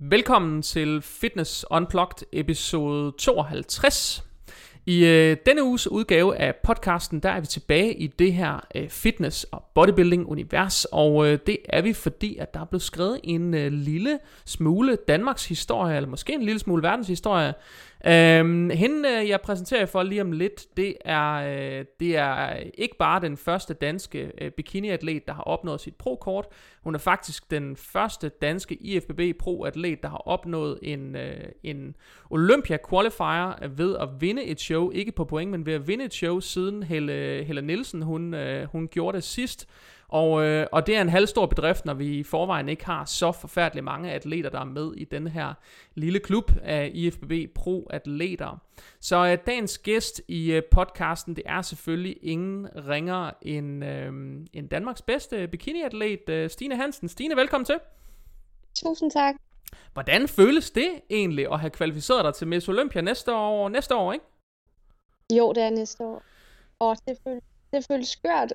Velkommen til Fitness Unplugged episode 52. I denne uges udgave af podcasten, der er vi tilbage i det her fitness- og bodybuilding-univers. Og det er vi, fordi at der er blevet skrevet en lille smule Danmarks historie, eller måske en lille smule verdenshistorie. Hende jeg præsenterer for lige om lidt, det er ikke bare den første danske bikiniatlet, der har opnået sit pro-kort. Hun er faktisk den første danske IFBB pro-atlet, der har opnået en Olympia qualifier ved at vinde et show, ikke på point, men ved at vinde et show, siden Helle Nielsen, hun gjorde det sidst. Og det er en halvstor bedrift, når vi i forvejen ikke har så forfærdeligt mange atleter, der er med i den her lille klub af IFBB Pro-atleter. Så dagens gæst i podcasten, det er selvfølgelig ingen ringere end Danmarks bedste bikiniatlet, Stine Hansen. Stine, velkommen til. Tusind tak. Hvordan føles det egentlig at have kvalificeret dig til Miss Olympia næste år, ikke? Jo, det er næste år. Og det føles skørt.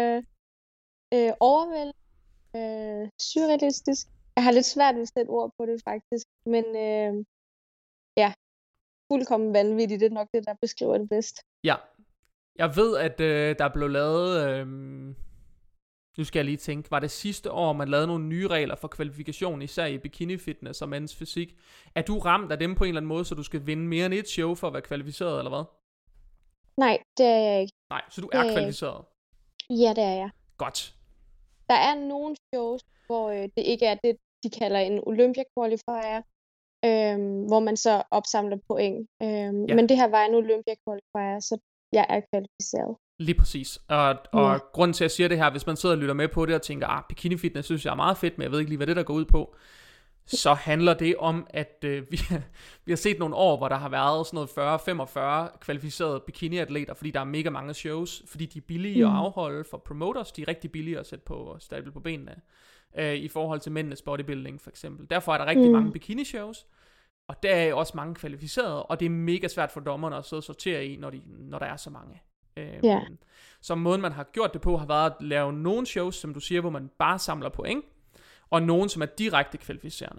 Overvældende, surrealistisk. Jeg har lidt svært ved at sætte ord på det faktisk, men ja, fuldkommen vanvittigt. Det er nok det, der beskriver det bedst. Ja, jeg ved, at der blev lavet, nu skal jeg lige tænke, var det sidste år, man lavede nogle nye regler for kvalifikation, især i bikini fitness og mænds fysik. Er du ramt af dem på en eller anden måde, så du skal vinde mere end et show for at være kvalificeret, eller hvad? Nej, det er jeg ikke. Nej, så du er kvalificeret? Ja, det er jeg. Godt. Der er nogle shows, hvor det ikke er det, de kalder en Olympia qualifier, hvor man så opsamler point. Ja. Men det her var en Olympia qualifier, så jeg er kvalificeret. Lige præcis. Og grunden til, at jeg siger det her, hvis man sidder og lytter med på det og tænker, bikini fitness synes jeg er meget fedt, men jeg ved ikke lige, hvad det der går ud på, så handler det om, at vi har set nogle år, hvor der har været sådan noget 40-45 kvalificerede bikiniatleter, fordi der er mega mange shows, fordi de er billige at afholde for promoters, de er rigtig billige at sætte på stable på benene, i forhold til mændenes bodybuilding for eksempel. Derfor er der rigtig mange bikini-shows, og der er også mange kvalificerede, og det er mega svært for dommerne at sidde og sortere i, når der er så mange. Så måden man har gjort det på, har været at lave nogle shows, som du siger, hvor man bare samler point, og nogen, som er direkte kvalificerende.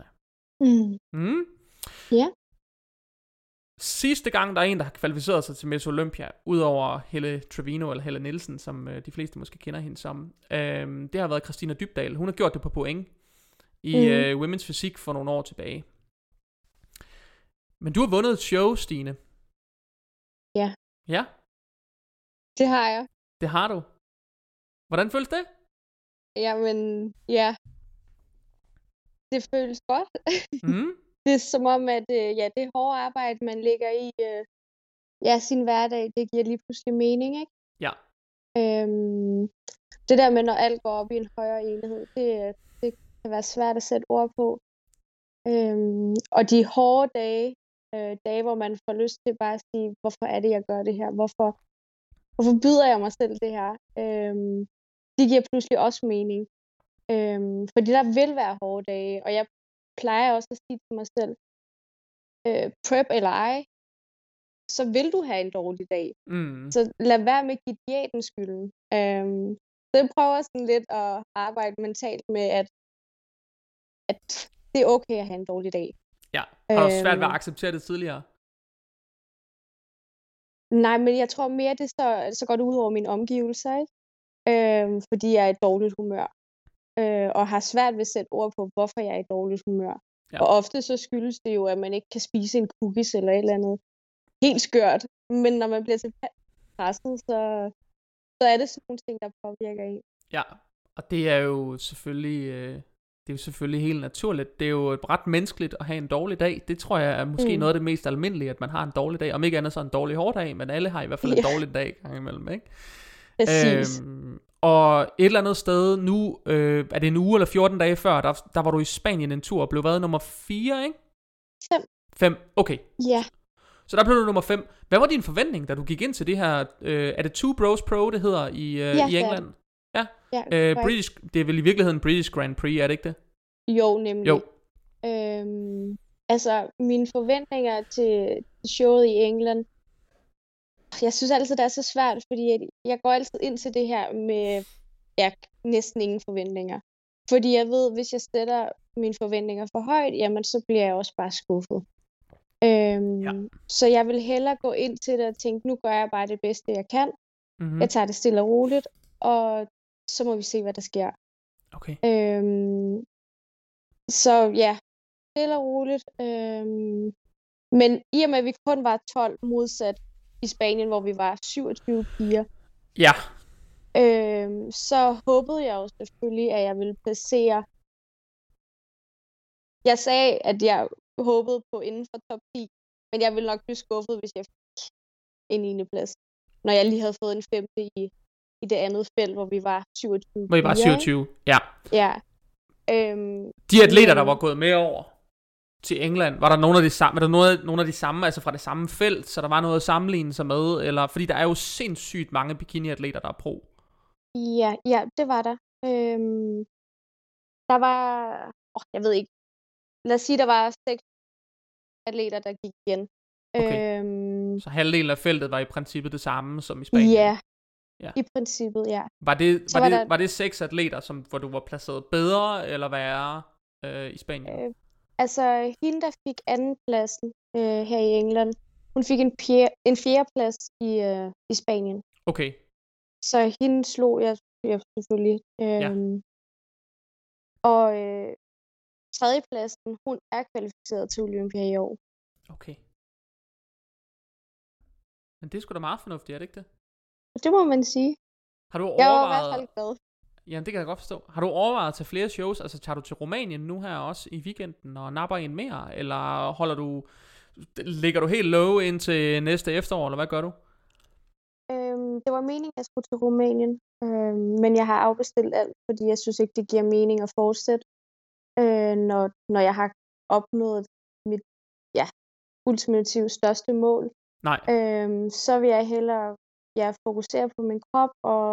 Ja. Sidste gang, der er en, der har kvalificeret sig til Miss Olympia, udover Helle Trevino eller Helle Nielsen, som de fleste måske kender hende som, det har været Christina Dybdahl. Hun har gjort det på point i Women's Fysik for nogle år tilbage. Men du har vundet et show, Stine. Ja. Ja? Det har jeg. Det har du. Hvordan føles det? Jamen, ja. Det føles godt. Det er som om, at det hårde arbejde, man lægger i sin hverdag, det giver lige pludselig mening, ikke? Ja. Det der med, når alt går op i en højere enhed, det kan være svært at sætte ord på. Og de hårde dage, hvor man får lyst til bare at sige, hvorfor er det, jeg gør det her? Hvorfor byder jeg mig selv det her? De giver pludselig også mening. Fordi der vil være hårde dage, og jeg plejer også at sige til mig selv, prep eller ej, så vil du have en dårlig dag. Så lad være med at give diæten skylden. Så jeg prøver sådan lidt at arbejde mentalt med, at det er okay at have en dårlig dag. Ja, har du svært ved at acceptere det tidligere? Nej, men jeg tror mere, det så går det ud over mine omgivelser, ikke? Fordi jeg er i dårligt humør. Og har svært ved at sætte ord på, hvorfor jeg er i dårligt humør. Ja. Og ofte så skyldes det jo, at man ikke kan spise en cookies eller et eller andet helt skørt. Men når man bliver til presset, så er det sådan nogle ting, der påvirker en. Ja, og det er jo selvfølgelig helt naturligt. Det er jo ret menneskeligt at have en dårlig dag. Det tror jeg er måske noget af det mest almindelige, at man har en dårlig dag. Om ikke andet så en dårlig hård dag, men alle har i hvert fald en dårlig dag gang imellem, ikke? Præcis. Og et eller andet sted nu, er det en uge eller 14 dage før, der var du i Spanien en tur og blev været nummer 4, ikke? 5, okay. Ja. Så der blev du nummer 5. Hvad var din forventning, da du gik ind til det her, er det Two Bros Pro, det hedder i England? Ja. Det er vel i virkeligheden British Grand Prix, er det ikke det? Jo, nemlig. Jo. Altså, mine forventninger til showet i England, jeg synes altid, det er så svært, fordi jeg går altid ind til det her med næsten ingen forventninger. Fordi jeg ved, hvis jeg sætter mine forventninger for højt, jamen så bliver jeg også bare skuffet. Ja. Så jeg vil hellere gå ind til det og tænke, nu gør jeg bare det bedste, jeg kan. Mm-hmm. Jeg tager det stille og roligt, og så må vi se, hvad der sker. Okay. Så ja, stille og roligt. Men i og med, at vi kun var 12 modsat i Spanien, hvor vi var 27 piger, Ja. så håbede jeg jo selvfølgelig, at jeg ville placere. Jeg sagde, at jeg håbede på inden for top 10, men jeg ville nok blive skuffet, hvis jeg fik en 9. plads, når jeg lige havde fået en 5. i det andet felt, hvor vi var 27. Hvor I var 27, ikke? Ja. Ja. De atleter, der var gået med over til England, var der nogle af de samme, nogle af de samme, altså fra det samme felt, så der var noget at sammenligne sig med, eller fordi der er jo sindssygt mange bikini-atleter, der er pro. Ja, det var der. Der var, jeg ved ikke, lad os sige, der var 6 atleter, der gik igen. Okay. Så halvdelen af feltet var i princippet det samme som i Spanien? Ja, i princippet, ja. Var det 6 atleter, hvor du var placeret bedre eller værre i Spanien? Altså, hende, der fik andenpladsen her i England, hun fik en 4. plads i Spanien. Okay. Så hende slog jeg selvfølgelig. Ja. Og 3. pladsen, hun er kvalificeret til Olympia i år. Okay. Men det er sgu da meget fornuftigt, er det ikke det? Det må man sige. Har du overvejet... Jeg var i hvert fald glad. Jamen, det kan jeg godt forstå. Har du overvejet at tage flere shows? Altså, tager du til Rumænien nu her også i weekenden og napper en mere? Eller ligger du helt low indtil næste efterår, eller hvad gør du? Det var meningen, at jeg skulle til Rumænien. Men jeg har afbestilt alt, fordi jeg synes ikke, det giver mening at fortsætte, når jeg har opnået mit ultimativt største mål. Nej. Så vil jeg hellere fokusere på min krop og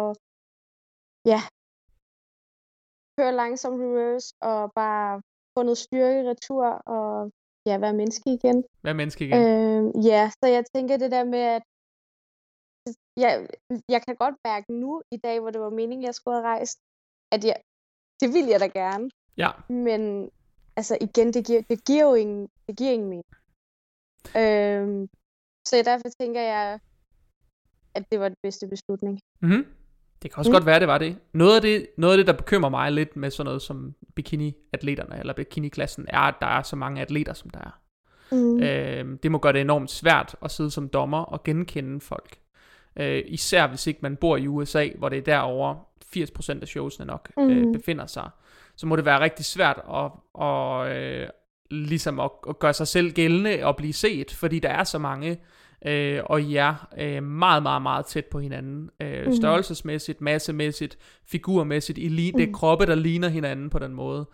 køre langsomt reverse og bare få noget styrke retur og være menneske igen. Være menneske igen. Så jeg tænker det der med, at jeg kan godt mærke nu i dag, hvor det var meningen, jeg skulle have rejst, at det vil jeg da gerne. Ja. Men altså igen, det giver jo ingen mening. Så derfor tænker jeg, at det var den bedste beslutning. Mm-hmm. Det kan også godt være, det var det. Noget af det, der bekymrer mig lidt med sådan noget som bikini-atleterne, eller bikini-klassen, er, at der er så mange atleter, som der er. Det må gøre det enormt svært at sidde som dommer og genkende folk. Især hvis ikke man bor i USA, hvor det er derovre 80% af showsene nok befinder sig. Så må det være rigtig svært ligesom at gøre sig selv gældende og blive set, fordi der er så mange, og I er meget, meget, meget tæt på hinanden. Størrelsesmæssigt, massemæssigt, figurmæssigt, det er kroppe, der ligner hinanden på den måde.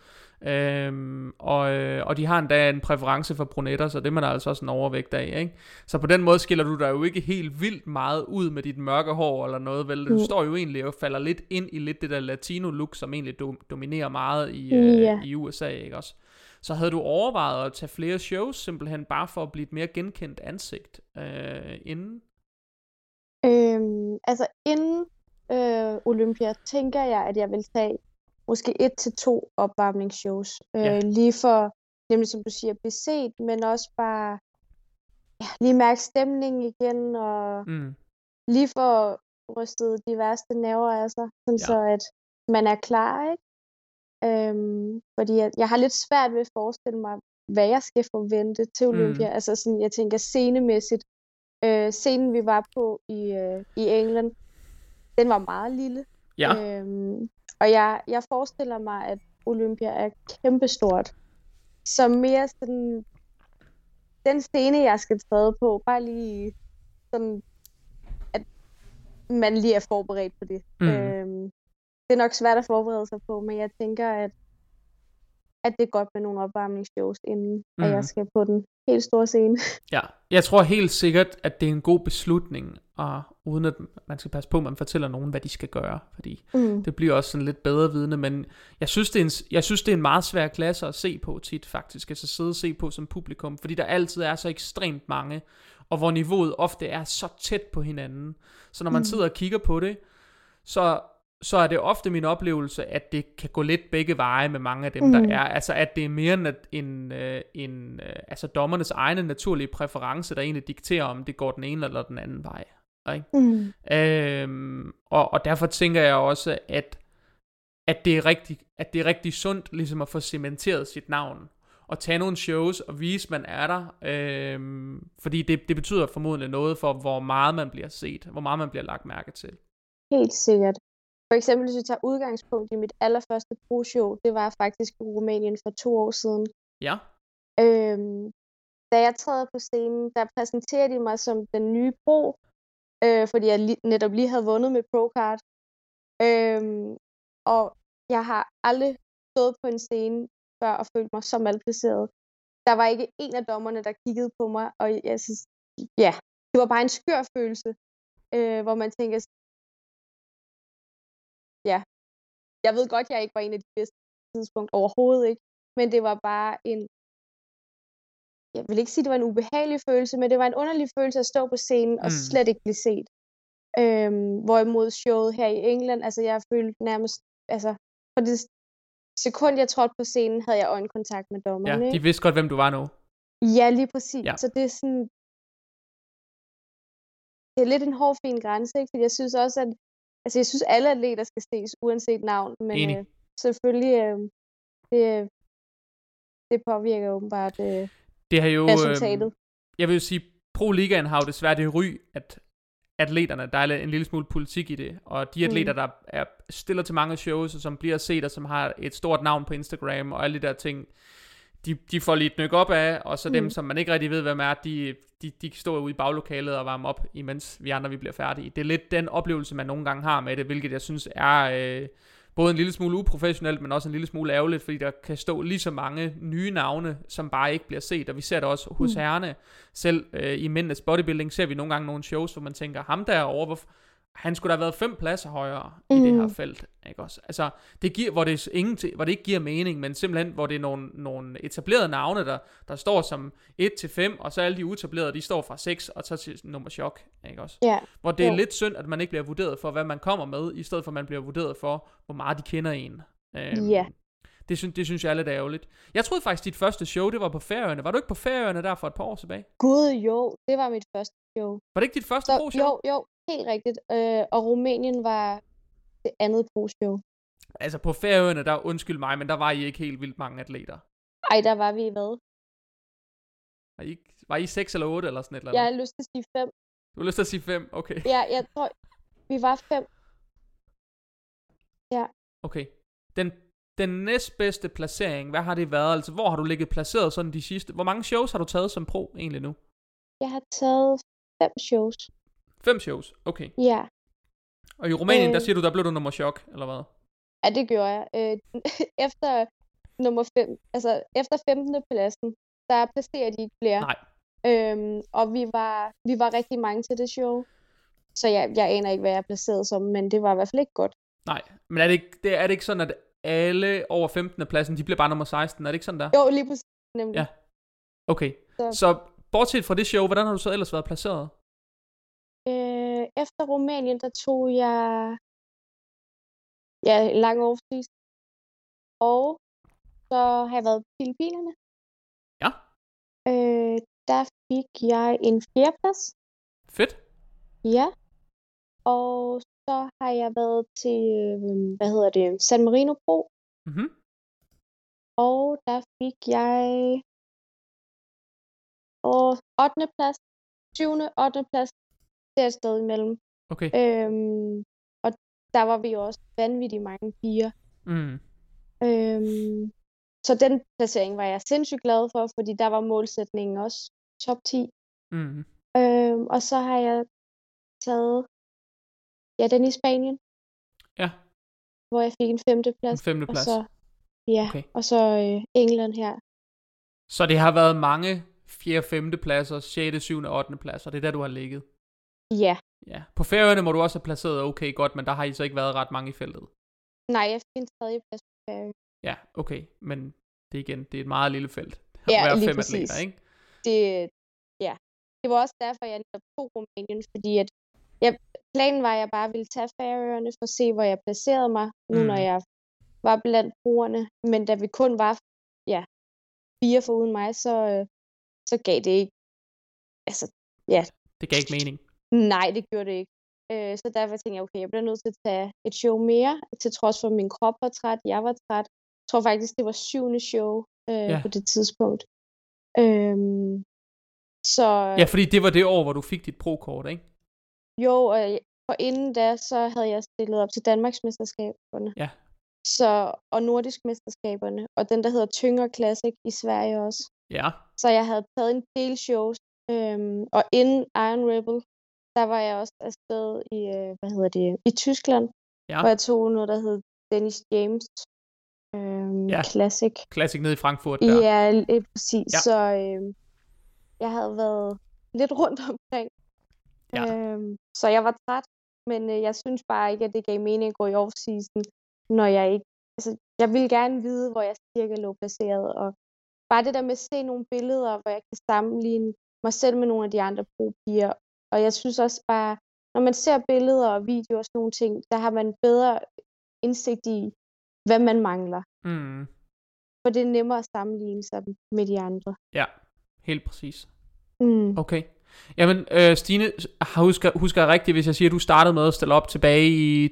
Og de har endda en præference for brunetter, så det er man altså også en overvægt af, ikke? Så på den måde skiller du dig jo ikke helt vildt meget ud med dit mørke hår eller noget, vel? Du står jo egentlig og falder lidt ind i lidt det der latino look, som egentlig dominerer meget i USA, ikke også? Så havde du overvejet at tage flere shows, simpelthen bare for at blive et mere genkendt ansigt inden? Altså inden Olympia, tænker jeg, at jeg vil tage måske 1 til 2 opvarmningsshows. Lige for, nemlig som du siger, blive set, men også bare lige mærke stemningen igen, og lige få rystet de værste nerver af sig, så at man er klar, ikke? Fordi jeg har lidt svært ved at forestille mig, hvad jeg skal forvente til Olympia. Altså sådan, jeg tænker scenemæssigt. Scenen vi var på i England, den var meget lille. Ja. Og jeg forestiller mig, at Olympia er kæmpestort. Så mere sådan, den scene, jeg skal træde på, bare lige sådan, at man lige er forberedt på det. Det er nok svært at forberede sig på, men jeg tænker, at det er godt med nogle opvarmningsshows, inden at jeg skal på den helt store scene. Ja, jeg tror helt sikkert, at det er en god beslutning, og uden at man skal passe på, at man fortæller nogen, hvad de skal gøre, fordi det bliver også sådan lidt bedre vidne, men jeg synes, det er en meget svær klasse at se på tit faktisk, altså sidde og se på som publikum, fordi der altid er så ekstremt mange, og hvor niveauet ofte er så tæt på hinanden, så når man sidder og kigger på det, så så er det ofte min oplevelse, at det kan gå lidt begge veje med mange af dem, der er. Altså, at det er mere altså dommernes egne naturlige præference, der egentlig dikterer, om det går den ene eller den anden vej. Ikke? Og derfor tænker jeg også, at det er rigtig sundt ligesom at få cementeret sit navn og tage nogle shows og vise, man er der, fordi det betyder formodentlig noget for, hvor meget man bliver set, hvor meget man bliver lagt mærke til. Helt sikkert. For eksempel, hvis vi tager udgangspunkt i mit allerførste pro-show, det var faktisk i Rumænien for 2 år siden. Ja. Da jeg træder på scenen, der præsenterer de mig som den nye pro, fordi jeg netop lige havde vundet med ProCard. Og jeg har aldrig stået på en scene før og følt mig så malplaceret. Der var ikke en af dommerne, der kiggede på mig, og jeg synes, ja, det var bare en skør følelse, hvor man tænker, ja, jeg ved godt, jeg ikke var en af de bedste tidspunkt overhovedet, ikke? Men det var bare jeg vil ikke sige, det var en ubehagelig følelse, men det var en underlig følelse at stå på scenen og slet ikke blive set. Hvorimod showet her i England, altså jeg følte nærmest, altså for det sekund, jeg trådte på scenen, havde jeg øjenkontakt med dommerne. Ja, de vidste godt, hvem du var nu. Ja, lige præcis. Ja. Så det er sådan, det er lidt en hård, fin grænse, ikke? Fordi jeg synes også, at jeg synes, alle atleter skal ses, uanset navn, men selvfølgelig, det påvirker åbenbart det har jo, resultatet. Jeg vil jo sige, Pro-ligaen har jo desværre det ry, at atleterne, der er en lille smule politik i det, og de atleter, der stiller til mange shows, og som bliver set, og som har et stort navn på Instagram, og alle de der ting, de får lige et nyk op af, og så dem, som man ikke rigtig ved, hvem er, de står ude i baglokalet og varmer op, imens vi andre vi bliver færdige. Det er lidt den oplevelse, man nogle gange har med det, hvilket jeg synes er både en lille smule uprofessionelt, men også en lille smule ærgerligt, fordi der kan stå lige så mange nye navne, som bare ikke bliver set, og vi ser det også hos herrerne. Selv i mændenes bodybuilding ser vi nogle gange nogle shows, hvor man tænker, ham derovre, han skulle da have været 5 pladser højere i det her felt, ikke også? Altså, det giver, hvor det ikke giver mening, men simpelthen, hvor det er nogle etablerede navne, der står som 1-5, og så alle de uetablerede, de står fra 6, og så til nummer chok, ikke også? Yeah. Hvor det er lidt synd, at man ikke bliver vurderet for, hvad man kommer med, i stedet for, at man bliver vurderet for, hvor meget de kender en. Det synes jeg er lidt ærgerligt. Jeg troede faktisk, dit første show, det var på Færøerne. Var du ikke på Færøerne der for et par år tilbage? Gud, jo. Det var mit første show. Var det ikke dit første pro-show? Jo. Helt rigtigt. Og Rumænien var det andet pro-show. Altså på Færøerne, der undskyld mig, men der var I ikke helt vildt mange atleter. Ej, der var vi hvad? Var I 6 eller 8 eller sådan et eller andet? Jeg har lyst til at sige 5. Du har lyst til at sige 5? Okay. Ja, jeg tror, vi var 5. Ja. Okay. Den næstbedste placering, hvad har det været? Altså, hvor har du ligget placeret sådan de sidste? Hvor mange shows har du taget som pro egentlig nu? Jeg har taget 5 shows. 5 shows? Okay. Ja. Og i Rumænien, der siger du, der blev du nummer chok, eller hvad? Ja, det gjorde jeg. Efter nummer 5, altså efter 15. pladsen, der placerer de ikke flere. Nej. Og vi var rigtig mange til det show. Så jeg aner ikke, hvad jeg er placeret som, men det var i hvert fald ikke godt. Nej, men er det ikke sådan, at alle over 15. pladsen, de bliver bare nummer 16? Er det ikke sådan der? Jo, lige præcis. Nemlig. Ja. Okay. Så bortset fra det show, hvordan har du så ellers været placeret? Efter Rumænien, der tog jeg lang overstås. Og så har jeg været på Filippinerne. Ja. Der fik jeg en 4. plads. Fedt. Ja. Og så har jeg været til, San Marino Pro. Mhm. Og der fik jeg 8. plads, 7. 8. plads, der et sted imellem. Okay. Og der var vi jo også vanvittigt mange piger. Så den placering var jeg sindssygt glad for, fordi der var målsætningen også top 10. Og så har jeg taget den i Spanien. Ja. Hvor jeg fik en 5. plads. En 5. plads. Og så, okay. Og så England her. Så det har været mange 4., 5. pladser, 6., 7., 8. pladser. Det er der, du har ligget. Ja. Ja. På Færøerne må du også have placeret okay godt, men der har I så ikke været ret mange i feltet. Nej, jeg fik en 3. plads på Færøerne. Ja, okay. Men det er et meget lille felt. Ja, lige 5 atleter, ikke? Det var også derfor, jeg netop tog Rumænien, fordi at Planen var, at jeg bare ville tage Færøerne for at se, hvor jeg placerede mig, nu når jeg var blandt brugerne. Men da vi kun var 4 foruden mig, så gav det ikke. Altså, ja. Det gav ikke mening. Nej, det gjorde det ikke. Så derfor tænkte jeg, okay, jeg bliver nødt til at tage et show mere, til trods for, at min krop var træt, jeg var træt. Jeg tror faktisk, det var 7. show på det tidspunkt. Så... Ja, fordi det var det år, hvor du fik dit pro-kort, ikke? Jo, og inden da, så havde jeg stillet op til Danmarksmesterskaberne. Ja. Og Nordisk mesterskaberne, og den, der hedder Tyngre Classic i Sverige også. Ja. Så jeg havde taget en del shows, og inden Iron Rebel, der var jeg også afsted i Tyskland, hvor jeg tog noget, der hed Dennis James Classic. Classic nede i Frankfurt der. Ja, præcis. Ja. Så jeg havde været lidt rundt omkring. Ja. Så jeg var træt, men jeg synes bare ikke, at det gav mening at gå i off-season, når jeg ikke... Altså, jeg ville gerne vide, hvor jeg cirka lå placeret, og bare det der med at se nogle billeder, hvor jeg kan sammenligne mig selv med nogle af de andre pro-piger, og jeg synes også bare, når man ser billeder og videoer og sådan nogle ting, der har man bedre indsigt i, hvad man mangler. For det er nemmere at sammenligne sig med de andre. Ja, helt præcis. Okay. Jamen, Stine, husker jeg rigtigt, hvis jeg siger, at du startede med at stille op tilbage i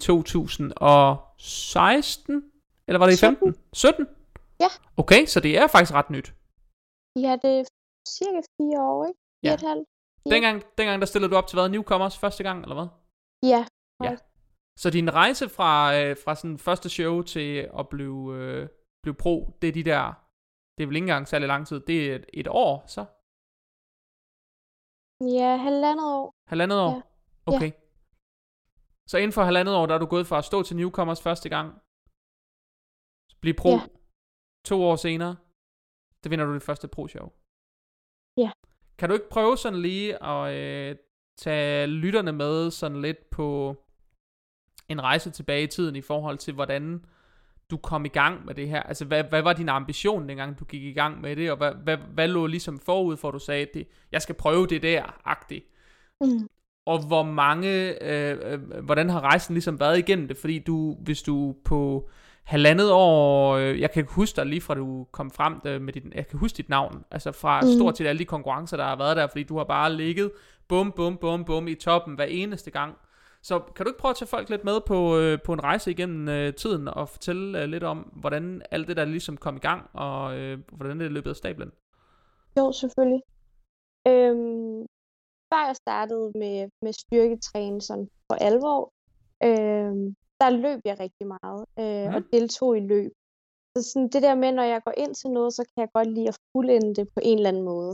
2016? Eller var det i 15? 17? Ja. Okay, så det er faktisk ret nyt. Ja, det er cirka 4 år, ikke? 4,5. Dengang der stillede du op til hvad? Newcomers første gang, eller hvad? Ja. Så din rejse fra sådan første show til at blive pro, det er det er vel ikke engang særlig lang tid, det er et år, så? Ja, 1,5 år. 1,5 år? Ja. Okay. Ja. Så inden for 1,5 år, der er du gået fra at stå til Newcomers første gang, blive pro, 2 år senere, der vinder du det første pro-show. Ja. Kan du ikke prøve sådan lige at tage lytterne med sådan lidt på en rejse tilbage i tiden i forhold til, hvordan du kom i gang med det her? Altså, hvad var din ambition, dengang du gik i gang med det? Og hvad lå ligesom forud for, at du sagde, at jeg skal prøve det der-agtigt? Og hvor mange, hvordan har rejsen ligesom været igennem det? Fordi hvis du på 1,5 år, jeg kan huske dig lige fra du kom frem med jeg kan huske dit navn, altså fra stort set alle de konkurrencer, der har været der, fordi du har bare ligget bum i toppen hver eneste gang. Så kan du ikke prøve at tage folk lidt med på en rejse igennem tiden, og fortælle lidt om, hvordan alt det der ligesom kom i gang, og hvordan det er løbet af stablen? Jo, selvfølgelig. Før jeg startede med styrketræning sådan for alvor, der løb jeg rigtig meget, og deltog i løb. Så sådan det der med, når jeg går ind til noget, så kan jeg godt lide at fuldende det på en eller anden måde.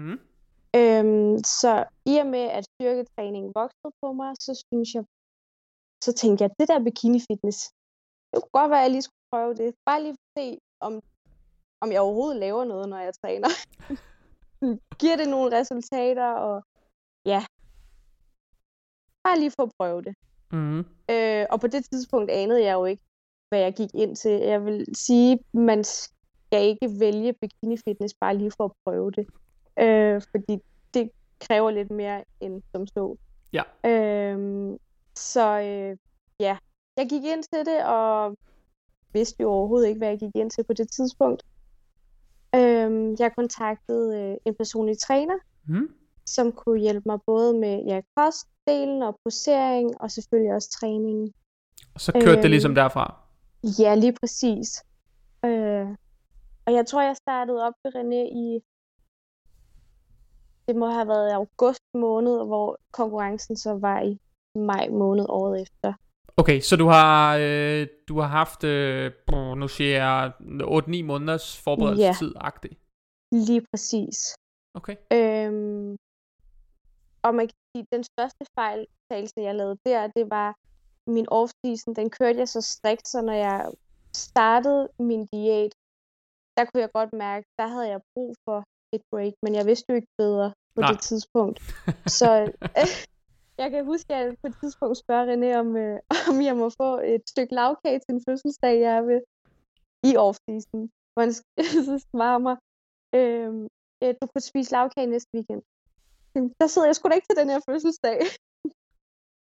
Så i og med, at styrketræningen voksede på mig, så tænkte jeg, at det der bikini fitness, det kunne godt være, at jeg lige skulle prøve det. Bare lige for at se, om jeg overhovedet laver noget, når jeg træner. Giver det nogle resultater, og ja, bare lige for at prøve det. Og på det tidspunkt anede jeg jo ikke, hvad jeg gik ind til. Jeg vil sige, man skal ikke vælge bikini fitness bare lige for at prøve det. Fordi det kræver lidt mere end som så. Ja. Jeg gik ind til det, og vidste jo overhovedet ikke, hvad jeg gik ind til på det tidspunkt. Jeg kontaktede en personlig træner, som kunne hjælpe mig både med kostdelen og posering, og selvfølgelig også træningen. Og så kørte det ligesom derfra? Ja, lige præcis. Og jeg tror, jeg startede op ved René det må have været i august måned, hvor konkurrencen så var i maj måned året efter. Okay, så du har haft, nu siger jeg, 8-9 måneders forberedelsestid-agtigt? Lige præcis. Okay. Og man kan sige, den største fejltagelse, jeg lavede det var min off-season. Den kørte jeg så strikt, så når jeg startede min diæt, der kunne jeg godt mærke, der havde jeg brug for et break, men jeg vidste jo ikke bedre på det tidspunkt. Så jeg kan huske, at jeg på et tidspunkt spørger René, om jeg må få et stykke lavkage til en fødselsdag, jeg er ved i off-season. Hvor han så svarer mig, du kunne spise lavkage næste weekend. Der sidder jeg sgu da ikke til den her fødselsdag.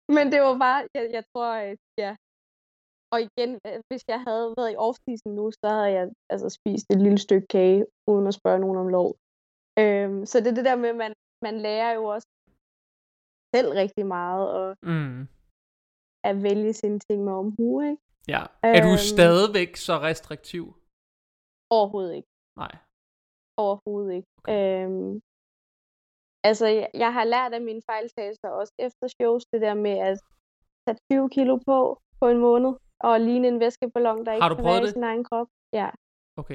Men det var bare, jeg tror, ja. Og igen, hvis jeg havde været i off-season nu, så havde jeg altså spist et lille stykke kage, uden at spørge nogen om lov. Så det er det der med, at man lærer jo også selv rigtig meget, og at vælge sine ting med omhu, ikke? Ja. Er du stadigvæk så restriktiv? Overhovedet ikke. Nej. Overhovedet ikke. Okay. Altså, jeg har lært af mine fejltagelser også efter shows, det der med at tage 20 kilo på en måned, og ligne en væskeballon, der ikke kan være i sin egen krop. Ja. Okay.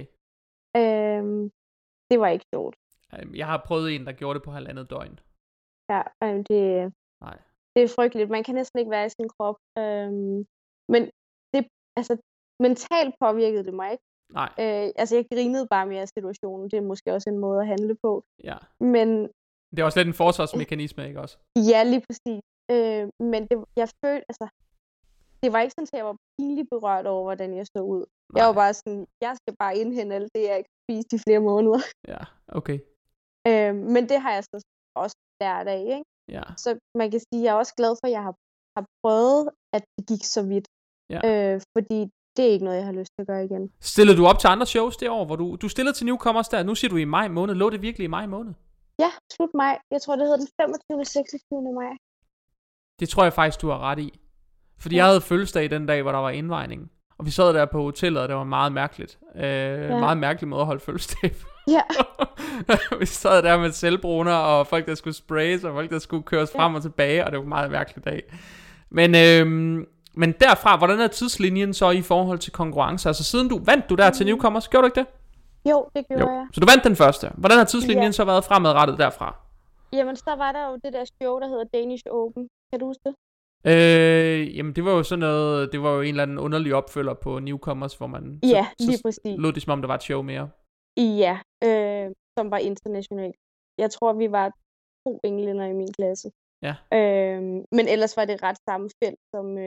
Det var ikke sjovt. Jeg har prøvet en, der gjorde det på 1,5 døgn. Ja, det er frygteligt. Man kan næsten ikke være i sin krop. Men det, altså, mentalt påvirkede det mig ikke. Nej. Altså, jeg grinede bare mere af situationen. Det er måske også en måde at handle på. Ja. Men det er også lidt en forsvarsmekanisme, ikke også? Ja, lige præcis. Men jeg følte, altså, det var ikke sådan, at jeg var pinligt berørt over, hvordan jeg så ud. Nej. Jeg var bare sådan, jeg skal bare indhente alt det, jeg ikke har spist i flere måneder. Ja, okay. Men det har jeg så også lært af, ikke? Ja. Så man kan sige, at jeg er også glad for, at jeg har prøvet, at det gik så vidt. Ja. Fordi det er ikke noget, jeg har lyst til at gøre igen. Stillede du op til andre shows det år, hvor du stillede til Newcomers der? Nu siger du i maj måned. Lå det virkelig i maj måned? Ja, slut maj. Jeg tror, det hedder den 25. 26. maj. Det tror jeg faktisk, du har ret i. Fordi jeg havde fødselsdag den dag, hvor der var indvejning. Og vi sad der på hotellet, og det var meget mærkeligt. Meget mærkelig måde at holde fødselsdag på. Ja. Vi sad der med selvbruner, og folk, der skulle sprays, og folk, der skulle køres frem og tilbage, og det var en meget mærkelig dag. Men derfra, hvordan er tidslinjen så i forhold til konkurrence? Altså siden vandt du der til Newcomers, gjorde du ikke det? Jo, det gjorde jeg. Så du vandt den første. Hvordan har tidslinjen så været fremadrettet derfra? Jamen, så var der jo det der show, der hedder Danish Open. Kan du huske det? Jamen, det var jo sådan noget, det var jo en eller anden underlig opfølger på Newcomers, hvor man lige præcis. Lød det som om, der var et show mere. Ja, som var internationalt. Jeg tror, vi var 2 englænder i min klasse. Ja. Men ellers var det ret samme felt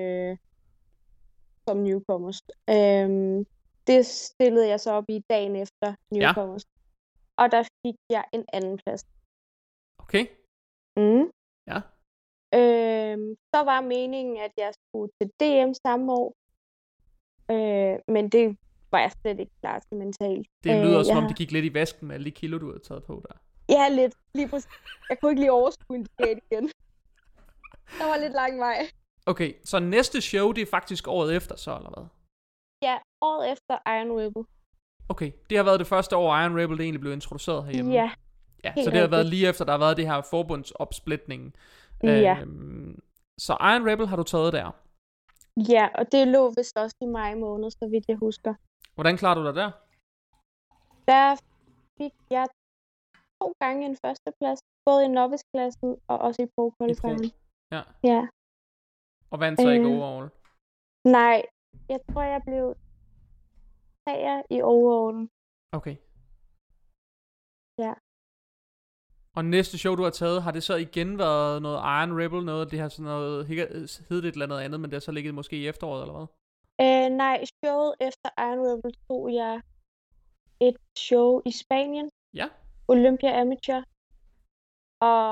som Newcomers. Det stillede jeg så op i dagen efter Newcomers. Ja. Og der fik jeg en anden plads. Okay. Ja. Så var meningen, at jeg skulle til DM samme år. Men det var jeg slet ikke klar til mentalt. Det lyder som om, det gik lidt i vasken med alle de kilo, du havde taget på der. Ja, lidt. Lige præcis. Jeg kunne ikke lige overskue en diæt igen. Der var lidt lang vej. Okay, så næste show, det er faktisk året efter så, eller hvad? Ja, året efter Iron Rebel. Okay, det har været det første år, Iron Rebel det egentlig blev introduceret herhjemme. Ja. Ja, så det har været lige efter, der har været det her forbundsopsplitning. Ja. Så Iron Rebel har du taget der? Ja, og det lå vist også i maj måned, så vidt jeg husker. Hvordan klarer du dig der? Der fik jeg 2 gange en førsteplads, både i novice-klassen og også i pro-qualifying. Ja. Ja. Og vandt så ikke overall? Nej, jeg tror, jeg blev 3'er i overall. Okay. Ja. Og næste show, du har taget, har det så igen været noget Iron Rebel, noget, det har sådan noget, hed det et eller andet, men det har så ligget måske i efteråret, eller hvad? Nej, showet efter Iron Rebel tog jeg et show i Spanien. Ja. Olympia Amateur. Og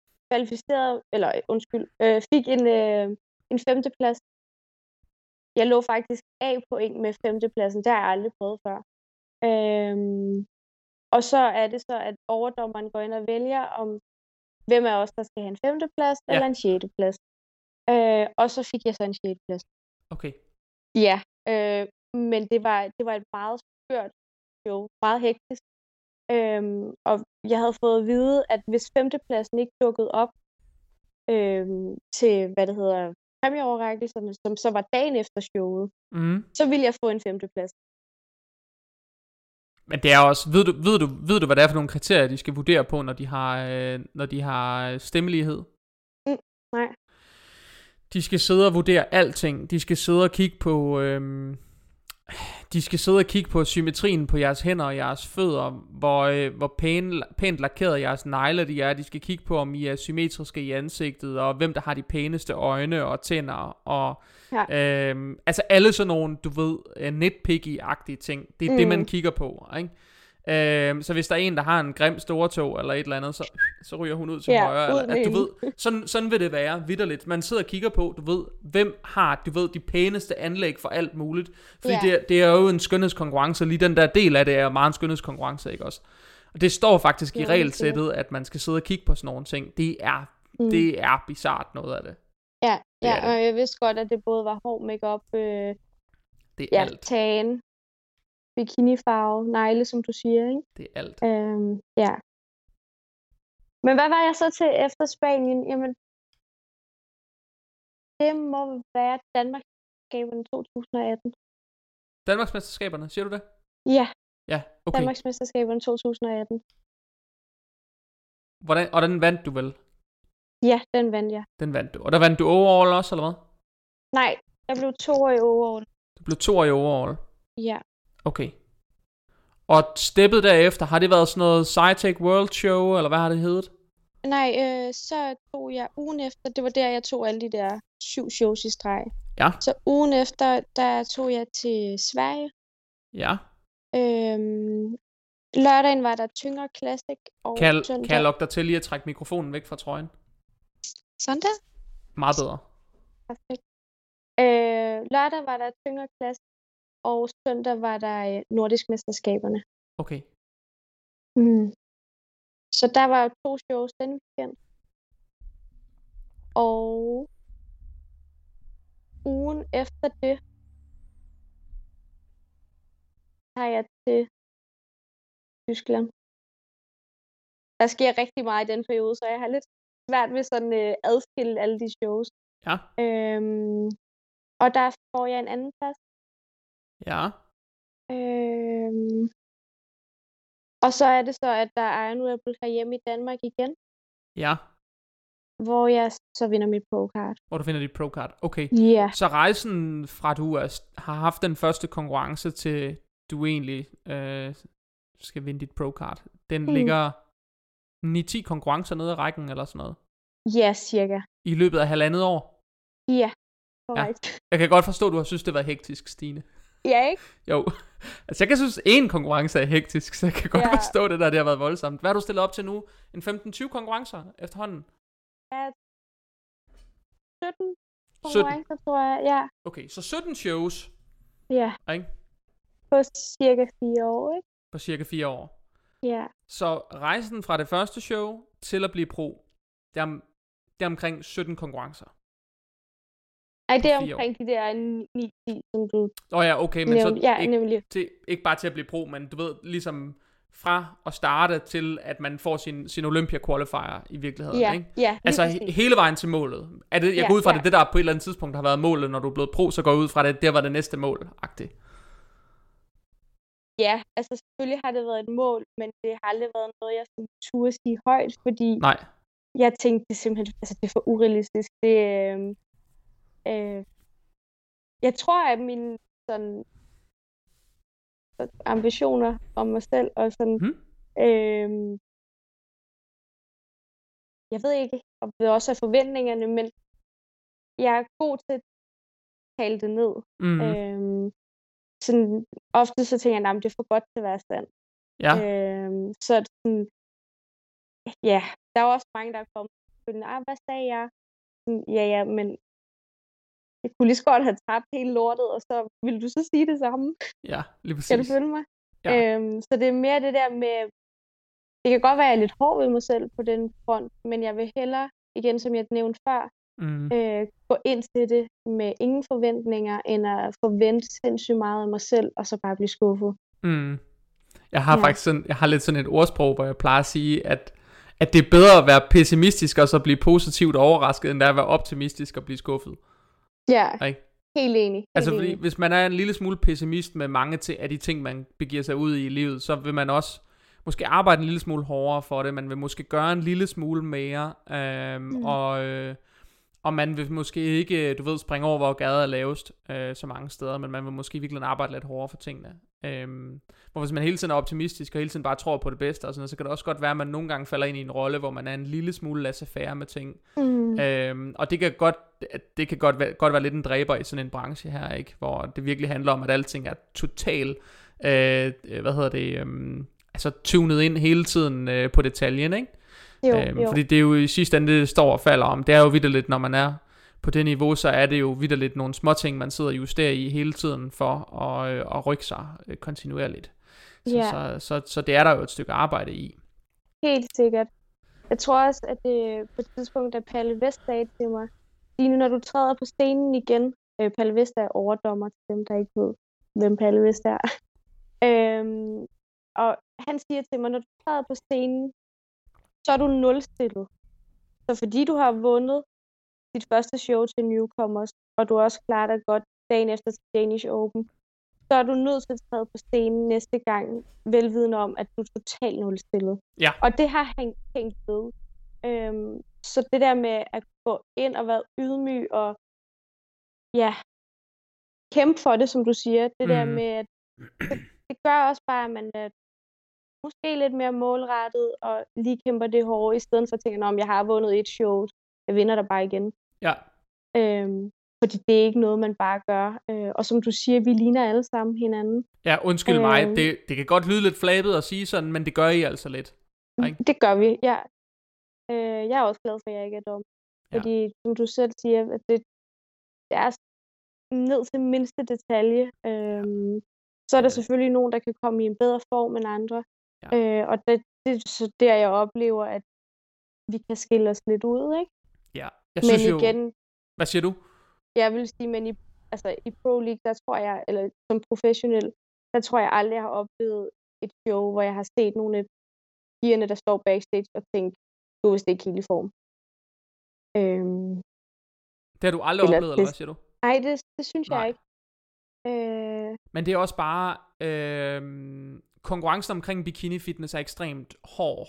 fik en 5. plads. Jeg lå faktisk A-point med 5. pladsen. Det har jeg aldrig prøvet før. Og så er det så, at overdommeren går ind og vælger, om hvem af os, der skal have en 5. plads eller en 6. plads. Og så fik jeg så en 6. plads. Okay. Ja, men det var et meget skørt show. Meget hektisk. Og jeg havde fået at vide, at hvis 5. pladsen ikke dukkede op til, præmieoverrækkelserne, som så var dagen efter showet, så ville jeg få en 5. plads. Men det er også, ved du, hvad det er for nogle kriterier, de skal vurdere på, når de har stemmelighed? Nej. De skal sidde og vurdere alting. De skal sidde og kigge på, symmetrien på jeres hænder og jeres fødder, hvor pænt lakeret jeres negle de er. De skal kigge på, om I er symmetriske i ansigtet, og hvem der har de pæneste øjne og tænder, og altså alle sådan nogle, du ved, nitpicky-agtige ting. Det er det, man kigger på, ikke? Så hvis der er en, der har en grim stortog eller et eller andet, så ryger hun ud til højre. Eller, at du ved, sådan vil det være, vitterligt. Man sidder og kigger på, du ved, hvem har, du ved, de pæneste anlæg for alt muligt. Fordi det er jo en skønhedskonkurrence, lige den der del af det er meget en skønhedskonkurrence, ikke også? Og det står faktisk i regelsættet, at man skal sidde og kigge på sådan nogle ting. Det er bizart noget af det. Ja, og jeg vidste godt, at det både var hård makeup, tan, bikinifarve, negle, som du siger, ikke? Det er alt. Ja. Men hvad var jeg så til efter Spanien? Jamen, det må være Danmarksmesterskaberne 2018. Danmarksmesterskaberne, siger du det? Ja. Ja, okay. Danmarksmesterskaberne 2018. Og den vandt du vel? Ja, den vandt jeg. Den vandt du. Og der vandt du overall også, eller hvad? Nej, jeg blev 2 år i overall. Du blev 2 år i overall? Ja. Okay. Og steppet derefter, har det været sådan noget SciTech World Show, eller hvad har det heddet? Nej, så tog jeg ugen efter, det var der, jeg tog alle de der 7 shows i streg. Ja. Så ugen efter, der tog jeg til Sverige. Ja. Lørdagen var der Tyngre Classic, og søndag... Kan jeg lukke dig til lige at trække mikrofonen væk fra trøjen? Sådan der? Meget bedre. Perfekt. Lørdag var der Tyngre Classic, og søndag var der Nordisk Mesterskaberne. Okay. Så der var 2 shows den weekend. Og ugen efter det tager jeg til Tyskland. Der sker rigtig meget i den periode, så jeg har lidt svært ved sådan adskille alle de shows. Ja. Og der får jeg en anden plads. Ja. Og så er det så, at der er en Rebel herhjemme i Danmark igen. Ja. Hvor jeg så vinder mit pro-card. Hvor du finder dit pro-card. Okay. Ja. Så rejsen fra du har haft den første konkurrence til du egentlig skal vinde dit pro-card. Den ligger 9-10 konkurrencer nede i rækken eller sådan noget. Ja, cirka. I løbet af 1,5 år? Ja, korrekt. Ja. Jeg kan godt forstå, at du har synes, det var hektisk, Stine. Ja, ikke? Jo. Altså, jeg kan synes, én konkurrence er hektisk, så jeg kan godt forstå det der, det har været voldsomt. Hvad har du stillet op til nu? En 15-20 konkurrencer efterhånden? Ja, 17 konkurrencer, tror jeg, ja. Okay, så 17 shows. Ja. Ikke? På cirka 4 år, ikke? På cirka 4 år. Ja. Så rejsen fra det første show til at blive pro, det er omkring 17 konkurrencer. Ej, det er omkring de der 9-10, som du... ja, okay, men nævnte. Så ikke bare til at blive pro, men du ved, ligesom fra at starte til, at man får sin Olympia qualifier i virkeligheden, ikke? Ja, altså hele vejen til målet. Jeg går ud fra det der på et eller andet tidspunkt har været målet, når du er blevet pro, så går jeg ud fra det var det næste mål-agtigt. Ja, altså selvfølgelig har det været et mål, men det har aldrig været noget, jeg sådan turde sige højt, fordi jeg tænkte det simpelthen, altså det er for urealistisk. Jeg tror, at mine sådan ambitioner om mig selv og sådan, jeg ved ikke, om det også er forventningerne, men jeg er god til at tale det ned. Sådan, ofte så tænker jeg, at det er for godt til at være sandt. Ja. Så sådan, ja, der er også mange, der er kommet og hvad sagde jeg? Ja, men jeg kunne lige så godt have tabt hele lortet, og så vil du så sige det samme. Ja, lige præcis. Kan du følge mig? Ja. Så det er mere det der med, det kan godt være, at jeg er lidt hård ved mig selv på den front, men jeg vil hellere, igen som jeg nævnte før, gå ind til det med ingen forventninger, end at forvente sindssygt meget af mig selv, og så bare blive skuffet. Jeg har faktisk jeg har lidt sådan et ordsprog, hvor jeg plejer at sige, at det er bedre at være pessimistisk, og så blive positivt overrasket, end at være optimistisk og blive skuffet. Ja, helt enig. Altså fordi, hvis man er en lille smule pessimist med mange af de ting, man begiver sig ud i livet, så vil man også måske arbejde en lille smule hårdere for det. Man vil måske gøre en lille smule mere, og man vil måske ikke, du ved, springe over, hvor gader er lavest så mange steder, men man vil måske virkelig arbejde lidt hårdere for tingene. Hvor hvis man hele tiden er optimistisk, og hele tiden bare tror på det bedste, og sådan noget, så kan det også godt være, at man nogle gange falder ind i en rolle, hvor man er en lille smule laissez-faire med ting. Og det kan godt være lidt en dræber i sådan en branche her, ikke? Hvor det virkelig handler om, at alting er total, altså tunet ind hele tiden på detaljen, ikke? Jo. Fordi det er jo i sidste ende, det står og falder om. Det er jo vitterligt, når man er på det niveau, så er det jo vitterligt nogle små ting, man sidder og justerer i hele tiden for at rykke sig kontinuerligt. Så det er der jo et stykke arbejde i. Helt sikkert. Jeg tror også, at det på et tidspunkt, da Palle Vest sagde til mig, Line, når du træder på scenen igen, Palle Vest er overdommer til dem, der ikke ved, hvem Palle Vest er. Og han siger til mig, når du træder på scenen, så er du nulstillet. Så fordi du har vundet dit første show til Newcomers, og du også klarer dig godt dagen efter til Danish Open, så er du nødt til at træde på scenen næste gang, velvidende om, at du er totalt nulstillet. Ja. Og det har hængt ved. Så det der med at gå ind og være ydmyg og kæmpe for det, som du siger, det der med, at det gør også bare, at man er måske lidt mere målrettet og lige kæmper det hårde, i stedet for at tænke, om jeg har vundet et show, jeg vinder der bare igen. Ja. Fordi det er ikke noget, man bare gør. Og som du siger, vi ligner alle sammen hinanden. Ja, undskyld mig. Det kan godt lyde lidt flabet at sige sådan, men det gør I altså lidt. Ikke? Det gør vi, ja. Jeg er også glad for, at jeg ikke er dum. Fordi, som du selv siger, at det er ned til mindste detalje. Så er der selvfølgelig nogen, der kan komme i en bedre form end andre. Ja. Og det er så der, jeg oplever, at vi kan skille os lidt ud, ikke? Ja, jeg synes men igen, jo... Hvad siger du? Jeg vil sige, men i Pro League, der tror jeg, eller som professionel, der tror jeg aldrig, jeg har oplevet et show, hvor jeg har set nogle af pigerne, der står backstage og tænkt, du er vist ikke helt i form. Det har du aldrig oplevet, eller hvad siger du? Nej, det synes jeg ikke. Men det er også bare, konkurrencen omkring bikini fitness er ekstremt hård.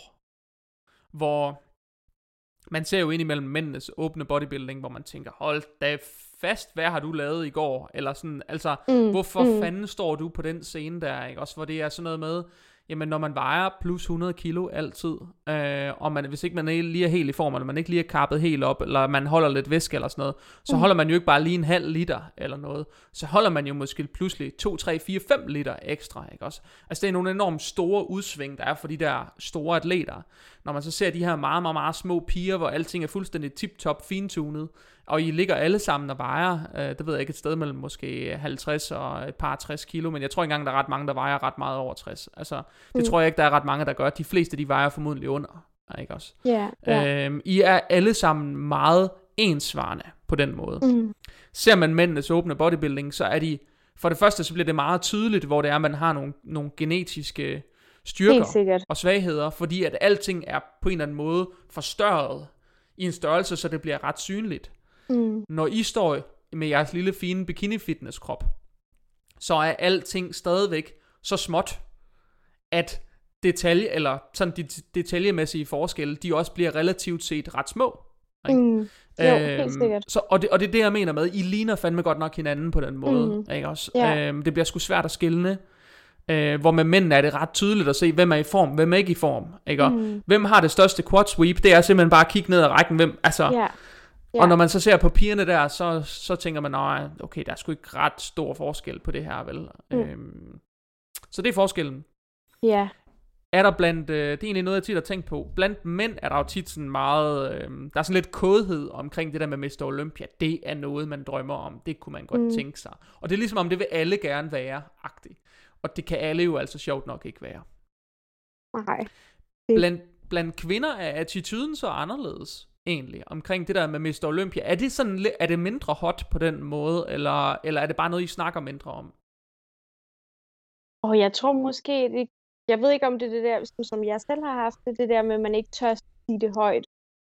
Hvor man ser jo indimellem mændenes åbne bodybuilding, hvor man tænker, hold da fast, hvad har du lavet i går? Eller sådan, altså, hvorfor fanden står du på den scene der, ikke? Også hvor det er sådan noget med, jamen når man vejer plus 100 kilo altid, og hvis ikke man lige er helt i form, eller man ikke lige er kappet helt op, eller man holder lidt væske eller sådan noget, så holder man jo ikke bare lige en halv liter eller noget, så holder man jo måske pludselig 2, 3, 4, 5 liter ekstra, ikke også? Altså det er nogle enormt store udsving, der er for de der store atleter. Når man så ser de her meget, meget, meget små piger, hvor alting er fuldstændig tip-top fintunet, og I ligger alle sammen og vejer, det ved jeg ikke, et sted mellem måske 50 og et par 60 kilo, men jeg tror ikke engang, der er ret mange, der vejer ret meget over 60. Altså, det tror jeg ikke, der er ret mange, der gør. De fleste, de vejer formodentlig under, ikke også? Yeah. I er alle sammen meget ensvarende på den måde. Ser man mændenes åbne bodybuilding, så er de, for det første, så bliver det meget tydeligt, hvor det er, man har nogle genetiske styrker og svagheder, fordi at alting er på en eller anden måde forstørret i en størrelse, så det bliver ret synligt. Når I står med jeres lille fine bikini fitness krop, så er alting stadigvæk så småt, at eller sådan de detaljemæssige forskelle, de også bliver relativt set ret små. Jo, helt sikkert. Og det er det, jeg mener med, I ligner fandme godt nok hinanden på den måde. Ikke også? Det bliver sgu svært at skille. Hvor med mænd er det ret tydeligt at se, hvem er i form, hvem er ikke i form. Ikke? Hvem har det største quad sweep? Det er simpelthen bare at kigge ned ad rækken. Og når man så ser på pigerne der, så tænker man, okay, der er sgu ikke ret stor forskel på det her, vel? Så det er forskellen. Ja. Er der blandt, det er egentlig noget, jeg tit har tænkt på, blandt mænd er der jo tit sådan meget, der er sådan lidt kodhed omkring det der med Mr. Olympia. Det er noget, man drømmer om. Det kunne man godt tænke sig. Og det er ligesom om, det vil alle gerne være, agtigt. Og det kan alle jo altså sjovt nok ikke være. Nej. Blandt kvinder er attituden så anderledes, egentlig, omkring det der med Mr. Olympia. Er det sådan, er det mindre hot på den måde, eller er det bare noget, I snakker mindre om? Jeg tror måske, jeg ved ikke om det er det der, som jeg selv har haft, det der med, at man ikke tør sige det højt.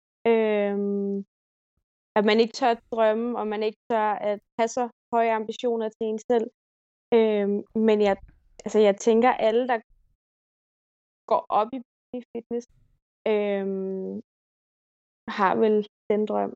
At man ikke tør drømme, og man ikke tør at have så høje ambitioner til en selv. Men jeg tænker, alle, der går op i fitness, har vel den drøm.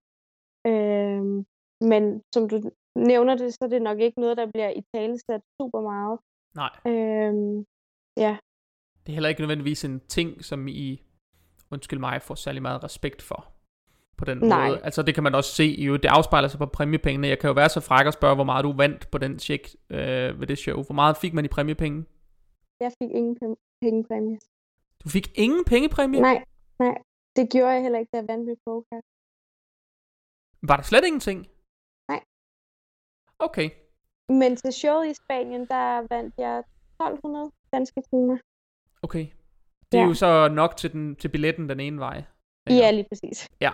Men som du nævner det, så er det nok ikke noget, der bliver italesat super meget. Nej. Ja. Det er heller ikke nødvendigvis en ting, som I, undskyld mig, får særlig meget respekt for. På den måde. Altså det kan man også se, det afspejler sig på præmiepengene. Jeg kan jo være så fræk og spørge, hvor meget du vandt på den check ved det show. Hvor meget fik man i præmiepenge? Jeg fik ingen pengepræmie. Du fik ingen pengepræmie? Nej. Det gjorde jeg heller ikke, da jeg vandt med ProCard. Var der slet ingenting? Nej. Okay. Men til showet i Spanien, der vandt jeg 1200 danske kroner. Okay. Det er jo så nok til billetten den ene vej. Ja, lige præcis. Ja.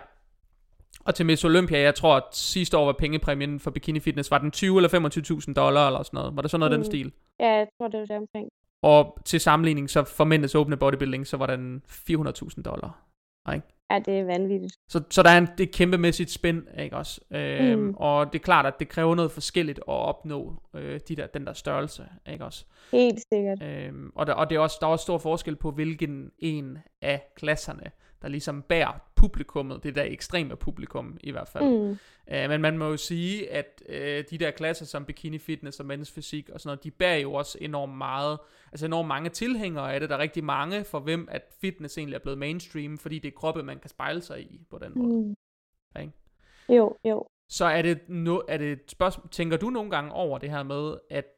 Og til Miss Olympia, jeg tror, at sidste år var pengepræmien for bikini fitness, var den 20 eller $25,000 eller sådan noget. Var det sådan noget den stil? Ja, jeg tror, det var der omkring. Og til sammenligning, så for mændenes åbne bodybuilding, så var den $400,000. Ikke? Ja, det er vanvittigt. Så der er det kæmpemæssigt spænd, ikke også? Og det er klart, at det kræver noget forskelligt at opnå den der størrelse, ikke også? Helt sikkert. Og det er også, der er også stor forskel på, hvilken en af klasserne, der ligesom bærer publikummet, det der ekstreme publikum i hvert fald. Men man må jo sige, at de der klasser som bikini fitness og mænds fysik og sådan noget, de bærer jo også enormt meget, altså enormt mange tilhængere af det. Der er rigtig mange, for hvem at fitness egentlig er blevet mainstream, fordi det er kroppe, man kan spejle sig i på den måde. Ikke? Jo. Så er det et spørgsmål, tænker du nogle gange over det her med,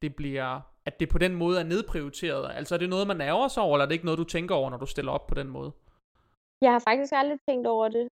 at det på den måde er nedprioriteret? Altså er det noget, man ærger sig over, eller er det ikke noget, du tænker over, når du stiller op på den måde? Jeg har faktisk aldrig tænkt over det.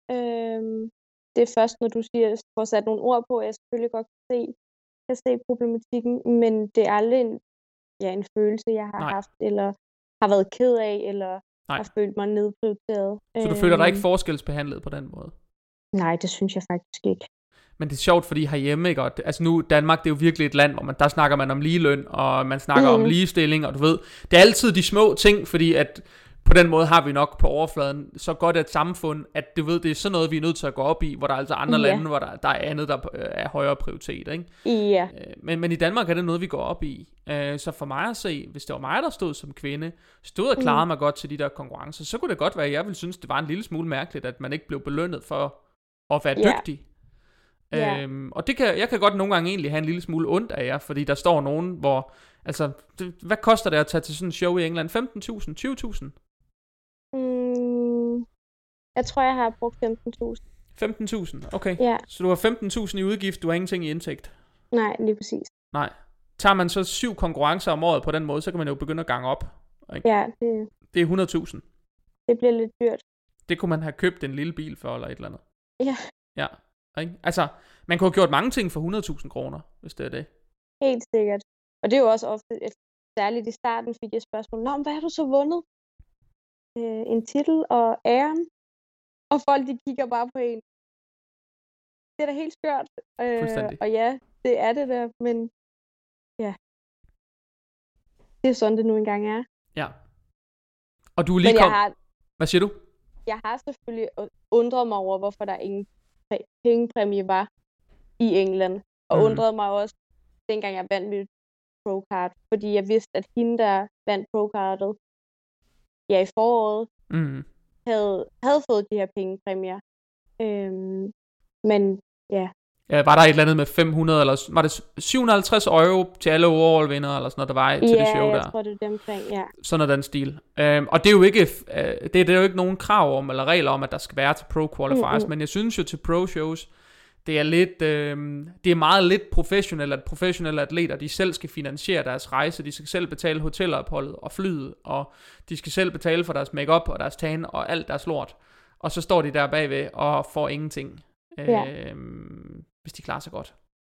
Det er først, når du får sat nogle ord på, at jeg selvfølgelig godt kan se problematikken, men det er aldrig en følelse, jeg har haft, eller har været ked af, eller har følt mig nedprioriteret. Så du føler dig ikke forskelsbehandlet på den måde? Nej, det synes jeg faktisk ikke. Men det er sjovt, fordi herhjemme, ikke? Altså nu, Danmark, det er jo virkelig et land, hvor der snakker man om ligeløn, og man snakker om ligestilling, og du ved, det er altid de små ting, fordi at på den måde har vi nok på overfladen så godt et samfund, at du ved, det er sådan noget, vi er nødt til at gå op i, hvor der er altså andre lande, hvor der er andet, der er højere prioritet, ikke? Ja. Men i Danmark er det noget, vi går op i. Så for mig at se, hvis det var mig, der stod som kvinde, stod og klarede mig godt til de der konkurrencer, så kunne det godt være, at jeg ville synes, det var en lille smule mærkeligt, at man ikke blev belønnet for at være dygtig. Og jeg kan godt nogle gange egentlig have en lille smule ondt af jer, fordi der står nogen, hvor, altså, hvad koster det at tage til sådan en show i England? 15.000? 20.000? Jeg tror, jeg har brugt 15.000. 15.000, okay. Ja. Så du har 15.000 i udgift, du har ingenting i indtægt? Nej, lige præcis. Nej. Tager man så 7 konkurrencer om året på den måde, så kan man jo begynde at gange op. Ikke? Ja, det er 100.000. Det bliver lidt dyrt. Det kunne man have købt en lille bil for, eller et eller andet. Ja. Ja, ikke? Altså, man kunne have gjort mange ting for 100.000 kroner, hvis det er det. Helt sikkert. Og det er jo også ofte, særligt i starten fik jeg spørgsmål, nå, hvad har du så vundet? En titel og æren. Og folk, de kigger bare på en. Det er da helt skørt. Og ja, det er det der, men ja. Det er sådan, det nu engang er. Ja. Og du er lige Hvad siger du? Jeg har selvfølgelig undret mig over, hvorfor der ingen pengepræmie var i England. Og undrede mig også, dengang jeg vandt mit ProCard. Fordi jeg vidste, at hende, der vandt ProCardet, i foråret, havde fået de her pengepræmier. Men ja. Ja, var der et eller andet med 500, eller var det 750 euro til alle overall-vindere, eller sådan noget, der var til det show der? Ja, jeg tror, det er det omkring, ja. Sådan noget den stil. Og det er jo ikke, det er jo ikke nogen krav om, eller regler om, at der skal være til pro-qualifiers, men jeg synes jo til pro-shows, det er lidt, det er meget lidt professionelt, at professionelle atleter, de selv skal finansiere deres rejse, de skal selv betale hotelopholdet og flyet, og de skal selv betale for deres makeup og deres tan og alt deres lort. Og så står de der bagved og får ingenting, hvis de klarer sig godt.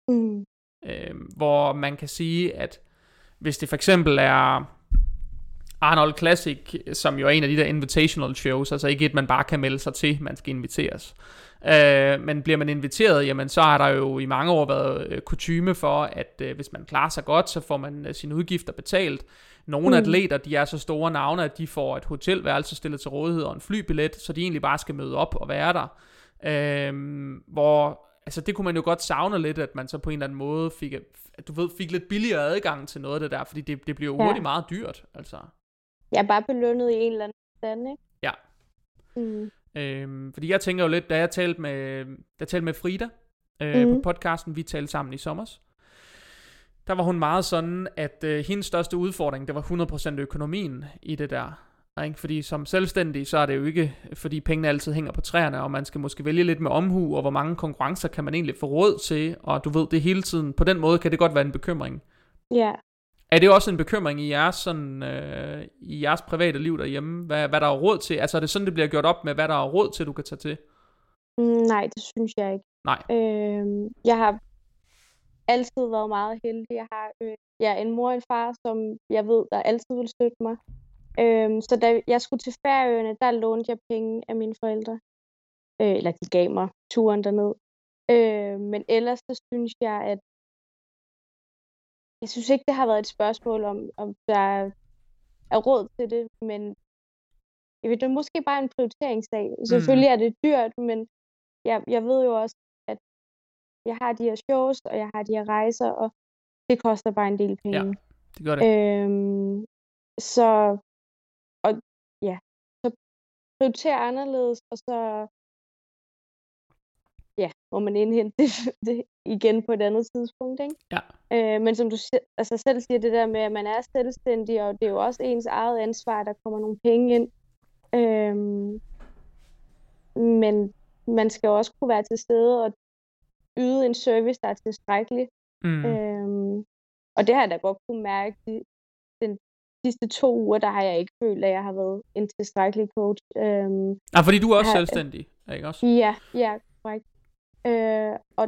Hvor man kan sige, at hvis det for eksempel er Arnold Classic, som jo er en af de der invitational shows, altså ikke et, man bare kan melde sig til, man skal inviteres. Men bliver man inviteret, jamen så har der jo i mange år været kutyme for, at hvis man klarer sig godt, så får man sine udgifter betalt. Nogle atleter, de er så store navne, at de får et hotelværelse stillet til rådighed og en flybillet, så de egentlig bare skal møde op og være der. Hvor, altså det kunne man jo godt savne lidt, at man så på en eller anden måde fik lidt billigere adgang til noget af det der, fordi det bliver jo hurtigt meget dyrt, altså. Jeg er bare belønnet i en eller anden stand, ikke? Ja. Fordi jeg tænker jo lidt, da jeg talte med Frida på podcasten, vi talte sammen i sommers, der var hun meget sådan, at hendes største udfordring, det var 100% økonomien i det der. Ikke? Fordi som selvstændig, så er det jo ikke, fordi pengene altid hænger på træerne, og man skal måske vælge lidt med omhu, og hvor mange konkurrencer kan man egentlig få råd til, og du ved det hele tiden. På den måde kan det godt være en bekymring. Ja. Er det også en bekymring i jeres, sådan, i jeres private liv derhjemme, hvad der er råd til? Altså er det sådan, det bliver gjort op med, hvad der er råd til, du kan tage til? Nej, det synes jeg ikke. Nej. Jeg har altid været meget heldig. Jeg har en mor og en far, som jeg ved, der altid vil støtte mig. Så da jeg skulle til Færøerne, der lånte jeg penge af mine forældre. Eller de gav mig turen derned. Men ellers så synes jeg, at jeg synes ikke, det har været et spørgsmål om der er råd til det, men jeg ved, det er måske bare en prioriteringssag. Selvfølgelig er det dyrt, men jeg ved jo også, at jeg har de her shows, og jeg har de her rejser, og det koster bare en del penge. Ja, det gør det. Så prioritere anderledes, og så må man indhente det igen på et andet tidspunkt, ikke? Ja. Men som du selv siger, det der med, at man er selvstændig, og det er jo også ens eget ansvar, at der kommer nogle penge ind. Men man skal også kunne være til stede og yde en service, der er tilstrækkelig. Og det har jeg da godt kunne mærke den sidste 2 uger, der har jeg ikke følt, at jeg har været en tilstrækkelig coach. Fordi du er også selvstændig, ikke også? Ja, korrekt. Og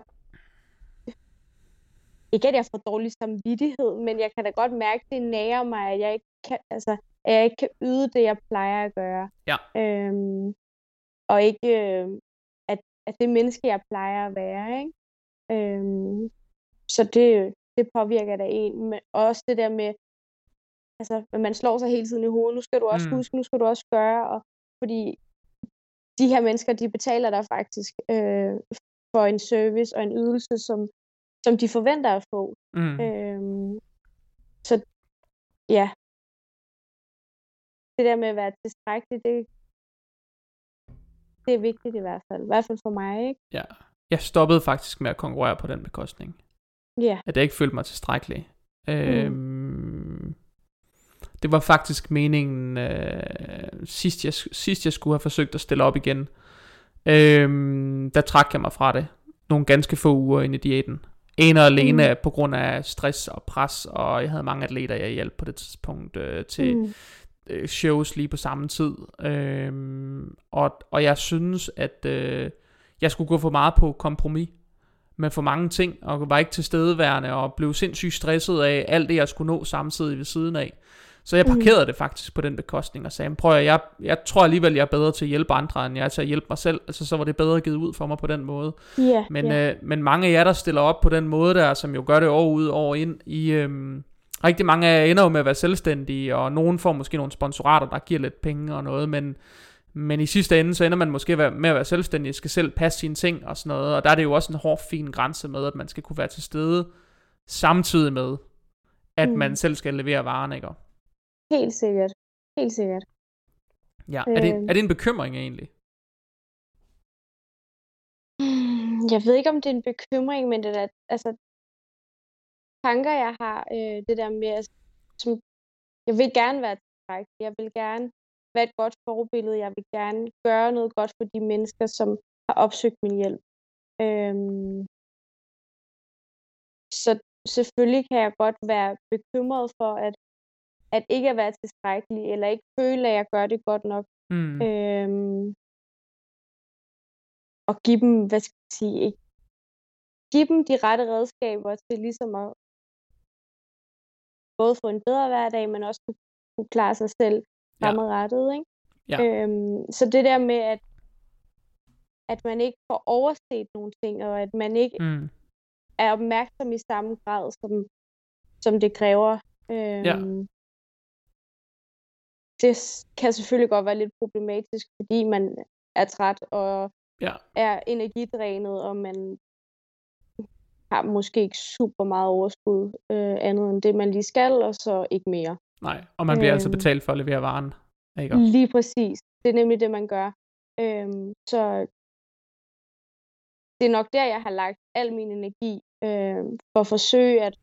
ikke at jeg får dårlig samvittighed, men jeg kan da godt mærke, at det nærer mig, at jeg ikke kan yde det, jeg plejer at gøre. Ja. Og ikke at det menneske, jeg plejer at være, ikke? Så det påvirker da en. Men også det der med, at man slår sig hele tiden i hovedet. Nu skal du også huske, nu skal du også gøre. Og fordi de her mennesker, de betaler dig faktisk for en service og en ydelse, som de forventer at få. Så ja. Det der med at være tilstrækkelig, det er vigtigt i hvert fald. I hvert fald for mig, ikke? Ja. Jeg stoppede faktisk med at konkurrere på den bekostning. Ja. At jeg ikke følte mig tilstrækkelig. Det var faktisk meningen, sidst jeg skulle have forsøgt at stille op igen. Der trak jeg mig fra det. Nogle ganske få uger ind i diæten. En og alene på grund af stress og pres, og jeg havde mange atleter, jeg hjalp på det tidspunkt til shows lige på samme tid. Og jeg synes, at jeg skulle gå for meget på kompromis med for mange ting, og var ikke tilstedeværende, og blev sindssygt stresset af alt det, jeg skulle nå samtidig ved siden af. Så jeg parkerede det faktisk på den bekostning og sagde, prøv at jeg tror alligevel, jeg er bedre til at hjælpe andre, end jeg er til at hjælpe mig selv. Altså så var det bedre givet ud for mig på den måde. Men mange af jer, der stiller op på den måde der, som jo gør det år ud, år ind, rigtig mange af jer ender jo med at være selvstændige, og nogen får måske nogle sponsorater, der giver lidt penge og noget, men i sidste ende, så ender man måske med at være selvstændig, skal selv passe sine ting og sådan noget, og der er det jo også en hård, fin grænse med, at man skal kunne være til stede, samtidig med, at man selv skal levere varen, ikke? Helt sikkert. Helt sikkert. Ja, er det en bekymring egentlig? Jeg ved ikke, om det er en bekymring, men det er tanker, jeg har, det der med, jeg vil gerne være tilstrækkelig, jeg vil gerne være et godt forbillede, jeg vil gerne gøre noget godt for de mennesker, som har opsøgt min hjælp. Så selvfølgelig kan jeg godt være bekymret for, at ikke at være tilstrækkelig, eller ikke føle, at jeg gør det godt nok. Og give dem, give dem de rette redskaber til ligesom at både få en bedre hverdag, men også kunne klare sig selv fremadrettet, ikke? Ja. Så det der med, at man ikke får overset nogle ting, og at man ikke er opmærksom i samme grad, som det kræver. Det kan selvfølgelig godt være lidt problematisk, fordi man er træt og er energidrænet, og man har måske ikke super meget overskud andet end det, man lige skal, og så ikke mere. Nej, og man bliver altså betalt for at levere varen, ikke? Lige præcis. Det er nemlig det, man gør. Så det er nok der, jeg har lagt al min energi for at forsøge at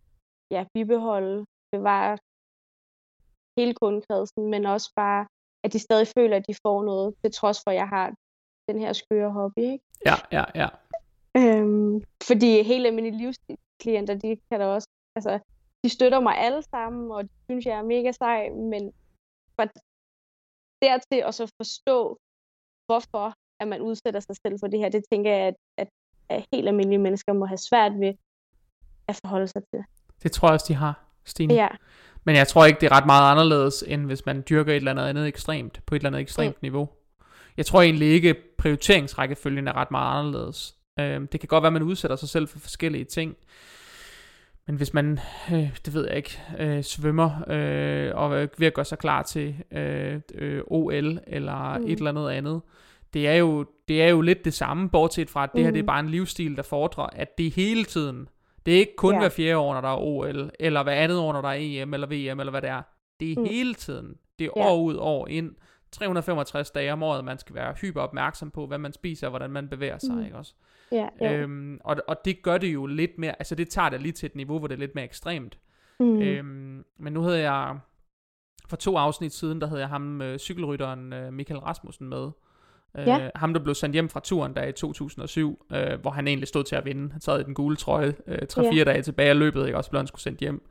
bevare hele kundekredsen, men også bare, at de stadig føler, at de får noget, til trods for, at jeg har den her skøre hobby, ikke? Ja. Fordi helt almindelige livsklienter, de kan da også, de støtter mig alle sammen, og de synes, jeg er mega sej, men for dertil at så forstå, hvorfor at man udsætter sig selv for det her, det tænker jeg, at helt almindelige mennesker må have svært ved at forholde sig til. Det tror jeg også, de har, Stine. Ja. Men jeg tror ikke, det er ret meget anderledes, end hvis man dyrker et eller andet ekstremt, på et eller andet ekstremt niveau. Jeg tror egentlig ikke, prioriteringsrækkefølgen er ret meget anderledes. Det kan godt være, at man udsætter sig selv for forskellige ting. Men hvis man, det ved jeg ikke, svømmer og er ved at gøre sig klar til OL eller et eller andet, det er jo lidt det samme, bortset fra, at det her det er bare en livsstil, der fordrer, at det hele tiden, det er ikke kun hver 4. år, når der er OL, eller hver andet år, når der er EM eller VM, eller hvad det er. Det er hele tiden. Det er år ud, år ind. 365 dage om året, man skal være hyper opmærksom på, hvad man spiser, og hvordan man bevæger sig, ikke også? Og det gør det jo lidt mere, altså det tager det lige til et niveau, hvor det er lidt mere ekstremt. Men nu havde jeg, for 2 afsnit siden, der havde jeg ham, cykelrytteren Michael Rasmussen med. Ham, der blev sendt hjem fra turen der i 2007, hvor han egentlig stod til at vinde. Han sad i den gule trøje, 3-4 dage tilbage af løbet, ikke også, blev han skulle sendt hjem.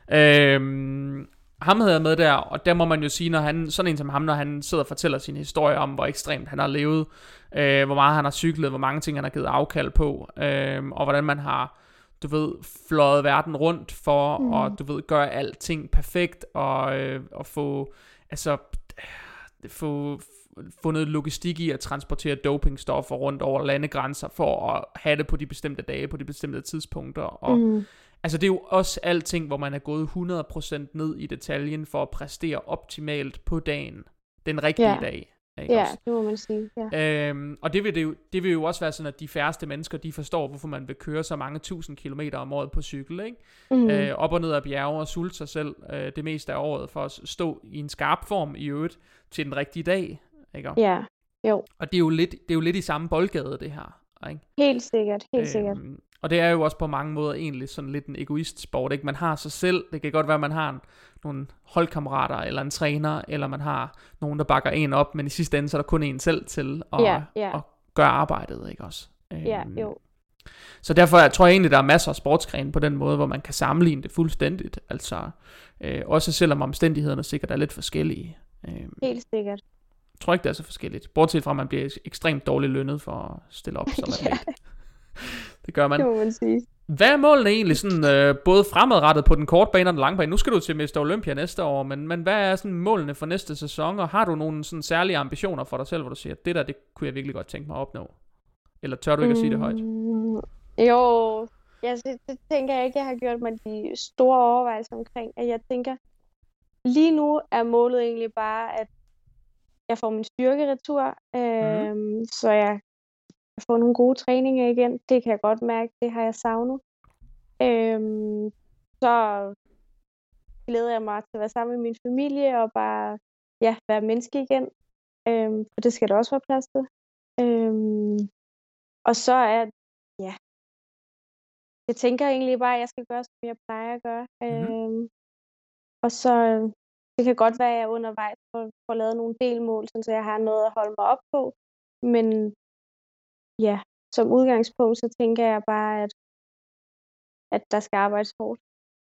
Ham havde jeg med der, og der må man jo sige, når han, sådan en som ham, når han sidder og fortæller sin historie om, hvor ekstremt han har levet, hvor meget han har cyklet, hvor mange ting han har givet afkald på, og hvordan man har, du ved, fløjet verden rundt for at, du ved, gøre alting perfekt, og få, altså, få fundet logistik i at transportere dopingstoffer rundt over landegrænser, for at have det på de bestemte dage, på de bestemte tidspunkter, og altså det er jo også alting, hvor man er gået 100% ned i detaljen for at præstere optimalt på dagen. Den rigtige dag. Ja, det må man sige. Og det vil jo også være sådan, at de færreste mennesker, de forstår, hvorfor man vil køre så mange 1000 kilometer om året på cykel, ikke? Op og ned ad bjerge og sulte sig selv det meste af året, for at stå i en skarp form i øvrigt til den rigtige dag, ikke? Ja, jo. Og det er jo lidt i samme boldgade, det her, ikke? Helt sikkert. Og det er jo også på mange måder egentlig sådan lidt en egoist-sport, ikke? Man har sig selv, det kan godt være, at man har nogle holdkammerater, eller en træner, eller man har nogen, der bakker en op, men i sidste ende, så er der kun en selv til at gøre arbejdet, ikke også? Jo. Så derfor tror jeg egentlig, der er masser af sportsgrene på den måde, hvor man kan sammenligne det fuldstændigt, altså også selvom omstændighederne sikkert er lidt forskellige. Helt sikkert. Jeg tror ikke, det er så forskelligt, bortset fra, at man bliver ekstremt dårligt lønnet for at stille op som atlet. Det gør man. Det må man sige. Hvad er målene egentlig sådan, både fremadrettet på den korte bane og den lange bane? Nu skal du til Mr. Olympia næste år, men hvad er sådan målene for næste sæson? Og har du nogle sådan særlige ambitioner for dig selv, hvor du siger, at det kunne jeg virkelig godt tænke mig at opnå? Eller tør du ikke at sige det højt? Jo, det tænker jeg ikke, jeg har gjort mig de store overvejelser omkring. At jeg tænker, lige nu er målet egentlig bare, at jeg får min styrkeretur, så jeg får nogle gode træninger igen. Det kan jeg godt mærke, det har jeg savnet. Så glæder jeg mig til at være sammen med min familie og bare være menneske igen. For det skal der også være plads til. Og så er jeg tænker egentlig bare, at jeg skal gøre, som jeg plejer at gøre. Og så det kan godt være, at jeg undervejs får lavet nogle delmål, så jeg har noget at holde mig op på. Men som udgangspunkt, så tænker jeg bare, at der skal arbejdes hårdt.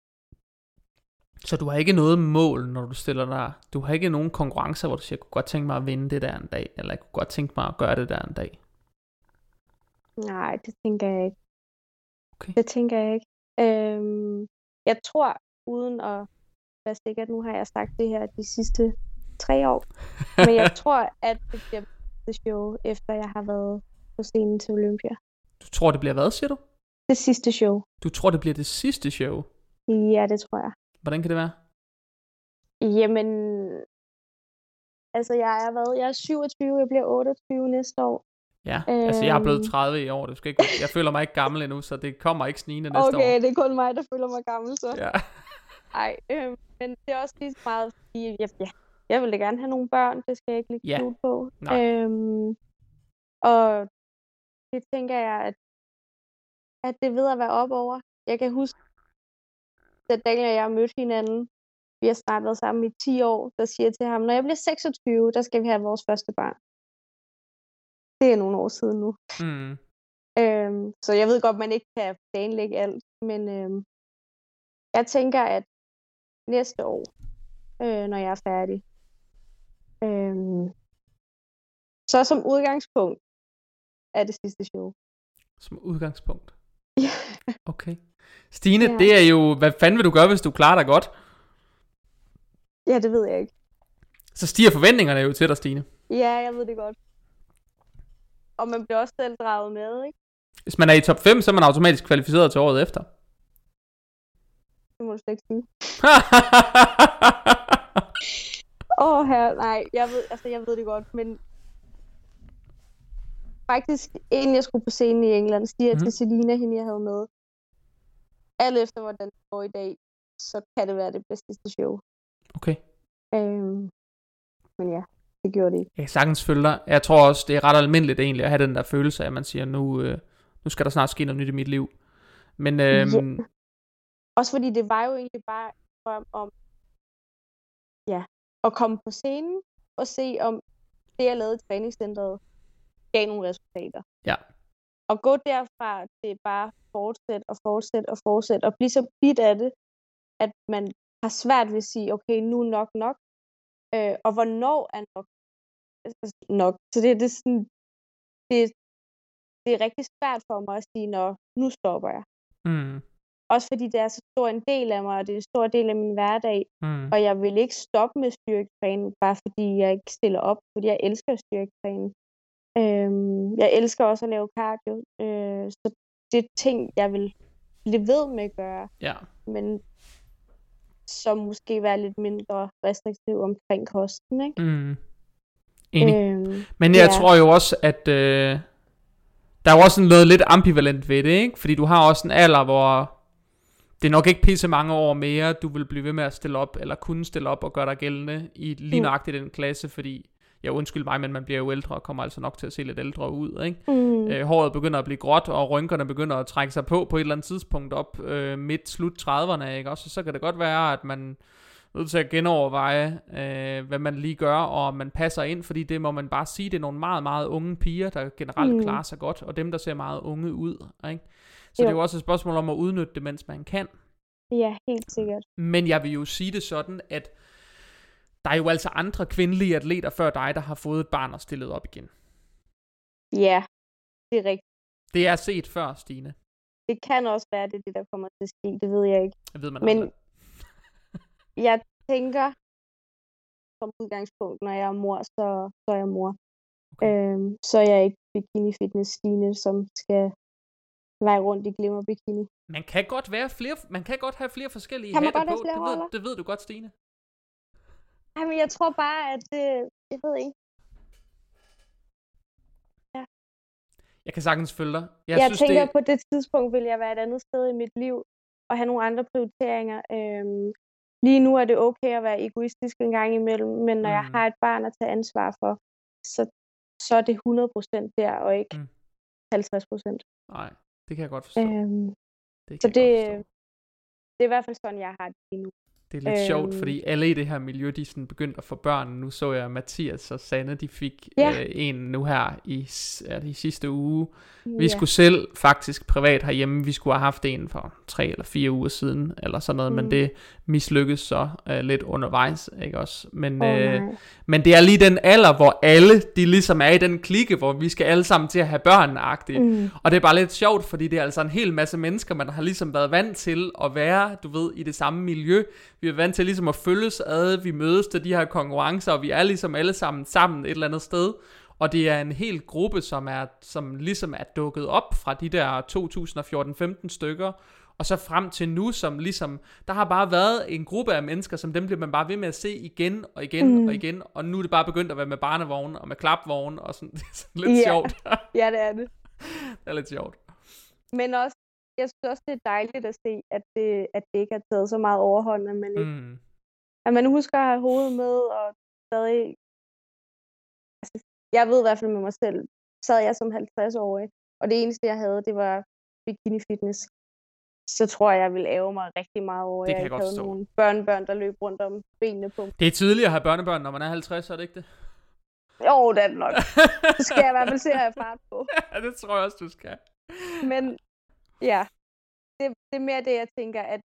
Så du har ikke noget mål, når du stiller dig? Du har ikke nogen konkurrencer, hvor du siger, jeg kunne godt tænke mig at vinde det der en dag, eller jeg kunne godt tænke mig at gøre det der en dag? Nej, det tænker jeg ikke. Okay. Det tænker jeg ikke. Jeg tror, uden at være sikker, nu har jeg sagt det her de sidste 3 år, men jeg tror, at det bliver det show, efter jeg har været på scenen til Olympia. Du tror, det bliver hvad, siger du? Det sidste show. Du tror, det bliver det sidste show? Ja, det tror jeg. Hvordan kan det være? Jamen, altså jeg er 27, jeg bliver 28 næste år. Ja, altså jeg er blevet 30 i år. Det skal ikke, jeg føler mig ikke gammel endnu, så det kommer ikke snigende næste år. Okay, det er kun mig, der føler mig gammel, så. Ja. Ej, men det er også lige så meget, fordi jeg vil da gerne have nogle børn, det skal jeg ikke lægge skjul på. Og det tænker jeg, at det er ved at være op over. Jeg kan huske, da Daniel og jeg mødte hinanden, vi har snart været sammen i 10 år, der siger jeg til ham, når jeg bliver 26, der skal vi have vores første barn. Det er nogle år siden nu. Så jeg ved godt, man ikke kan planlægge alt, men Jeg tænker, at næste år, når jeg er færdig, så som udgangspunkt er det sidste show. Som udgangspunkt? Ja. Okay. Stine, det er jo, hvad fanden vil du gøre, hvis du klarer dig godt? Ja, det ved jeg ikke. Så stiger forventningerne jo til dig, Stine. Ja, jeg ved det godt. Og man bliver også selv draget med, ikke? Hvis man er i top 5, så er man automatisk kvalificeret til året efter. Det må du slet ikke sige. Nej, jeg ved det godt, men faktisk, inden jeg skulle på scenen i England, siger jeg til Selina, hende jeg havde med, alt efter hvordan det går i dag, så kan det være det bedste show. Okay. Men ja, det gjorde det ikke. Jeg kan sagtens følge dig. Jeg tror også, det er ret almindeligt egentlig at have den der følelse af, at man siger, nu skal der snart ske noget nyt i mit liv. Men også fordi det var jo egentlig bare en drøm om, at komme på scenen og se, om det, jeg lavede i træningscenteret, gav nogle resultater. Ja. Og gå derfra til bare fortsætte og blive så bidt af det, at man har svært ved at sige, okay, nu er nok. Og hvornår er nok. Så det er sådan, det er rigtig svært for mig at sige, nu stopper jeg. Også fordi det er så stor en del af mig, og det er en stor del af min hverdag. Og jeg vil ikke stoppe med styrketræning, bare fordi jeg ikke stiller op, fordi jeg elsker styrketræning. Jeg elsker også at lave cardio, så det er ting, jeg vil blive ved med at gøre. Ja. Men så måske være lidt mindre restriktiv omkring kosten, ikke? Enig. Men jeg tror jo også, at der er jo også noget lidt ambivalent ved det, ikke? Fordi du har også en alder, hvor det er nok ikke pisse mange år mere, du vil blive ved med at stille op, eller kunne stille op og gøre dig gældende i lige nøjagtigt den klasse, fordi, undskyld mig, men man bliver jo ældre og kommer altså nok til at se lidt ældre ud, ikke? Håret begynder at blive gråt, og rynkerne begynder at trække sig på et eller andet tidspunkt op midt-slut 30'erne, ikke? Også så kan det godt være, at man er nødt til at genoverveje, hvad man lige gør, og man passer ind, fordi det må man bare sige, det er nogle meget, meget unge piger, der generelt klarer sig godt, og dem, der ser meget unge ud, ikke? Så det er jo også et spørgsmål om at udnytte det, mens man kan. Ja, helt sikkert. Men jeg vil jo sige det sådan, at der er jo altså andre kvindelige atleter før dig, der har fået et barn og stillet op igen. Ja, det er rigtigt. Det er set før, Stine. Det kan også være, det der kommer til at ske, det ved jeg ikke. Det ved man men aldrig. Jeg tænker, som udgangspunkt, når jeg er mor, så er jeg mor. Okay. Så er jeg ikke bikini fitness Stine, som skal veje rundt i glimmer bikini. Man kan godt have flere forskellige hatte på. Det ved du godt, Stine. Ej, men jeg tror bare, at jeg ved ikke. Ja. Jeg kan sagtens følge dig. Jeg tænker, på det tidspunkt vil jeg være et andet sted i mit liv og have nogle andre prioriteringer. Lige nu er det okay at være egoistisk en gang imellem, men når jeg har et barn at tage ansvar for, så er det 100% der, og ikke 50%. Nej, det kan jeg godt forstå. Det er i hvert fald sådan, jeg har det lige nu. Det er lidt sjovt, fordi alle i det her miljø, de sådan begyndte at få børn. Nu så jeg Mathias og Sanne, de fik en nu her i sidste uge. Vi skulle selv faktisk privat herhjemme, vi skulle have haft en for 3 eller 4 uger siden, eller sådan noget, men det mislykkedes så lidt undervejs, ikke også? Men det er lige den alder, hvor alle, de ligesom er i den klikke, hvor vi skal alle sammen til at have børn-agtigt. Og det er bare lidt sjovt, fordi det er altså en hel masse mennesker, man har ligesom været vant til at være, du ved, i det samme miljø. Vi er vant til ligesom at følges ad, vi mødes til de her konkurrencer, og vi er ligesom alle sammen et eller andet sted. Og det er en hel gruppe, som ligesom er dukket op fra de der 2014-15 stykker, og så frem til nu, som ligesom, der har bare været en gruppe af mennesker, som dem bliver man bare ved med at se igen og igen og igen, og nu er det bare begyndt at være med barnevogne og med klapvogne, og sådan, det er sådan lidt sjovt. Ja, det er det. Det er lidt sjovt. Men også, jeg synes også, det er dejligt at se, at det ikke har taget så meget overhånd, at man ikke, at man husker at have hovedet med, og stadig, altså, jeg ved i hvert fald med mig selv, sad jeg som 50-årig, og det eneste jeg havde, det var bikini fitness. Så tror jeg ville ære mig rigtig meget over, at jeg ikke havde nogle børnebørn, der løb rundt om benene på. Det er tidligt at have børnebørn, når man er 50, er det ikke det? Jo, det er det nok. Det skal jeg i hvert fald se at have fart på. Ja, det tror jeg også, du skal. Men ja, det er mere det, jeg tænker, at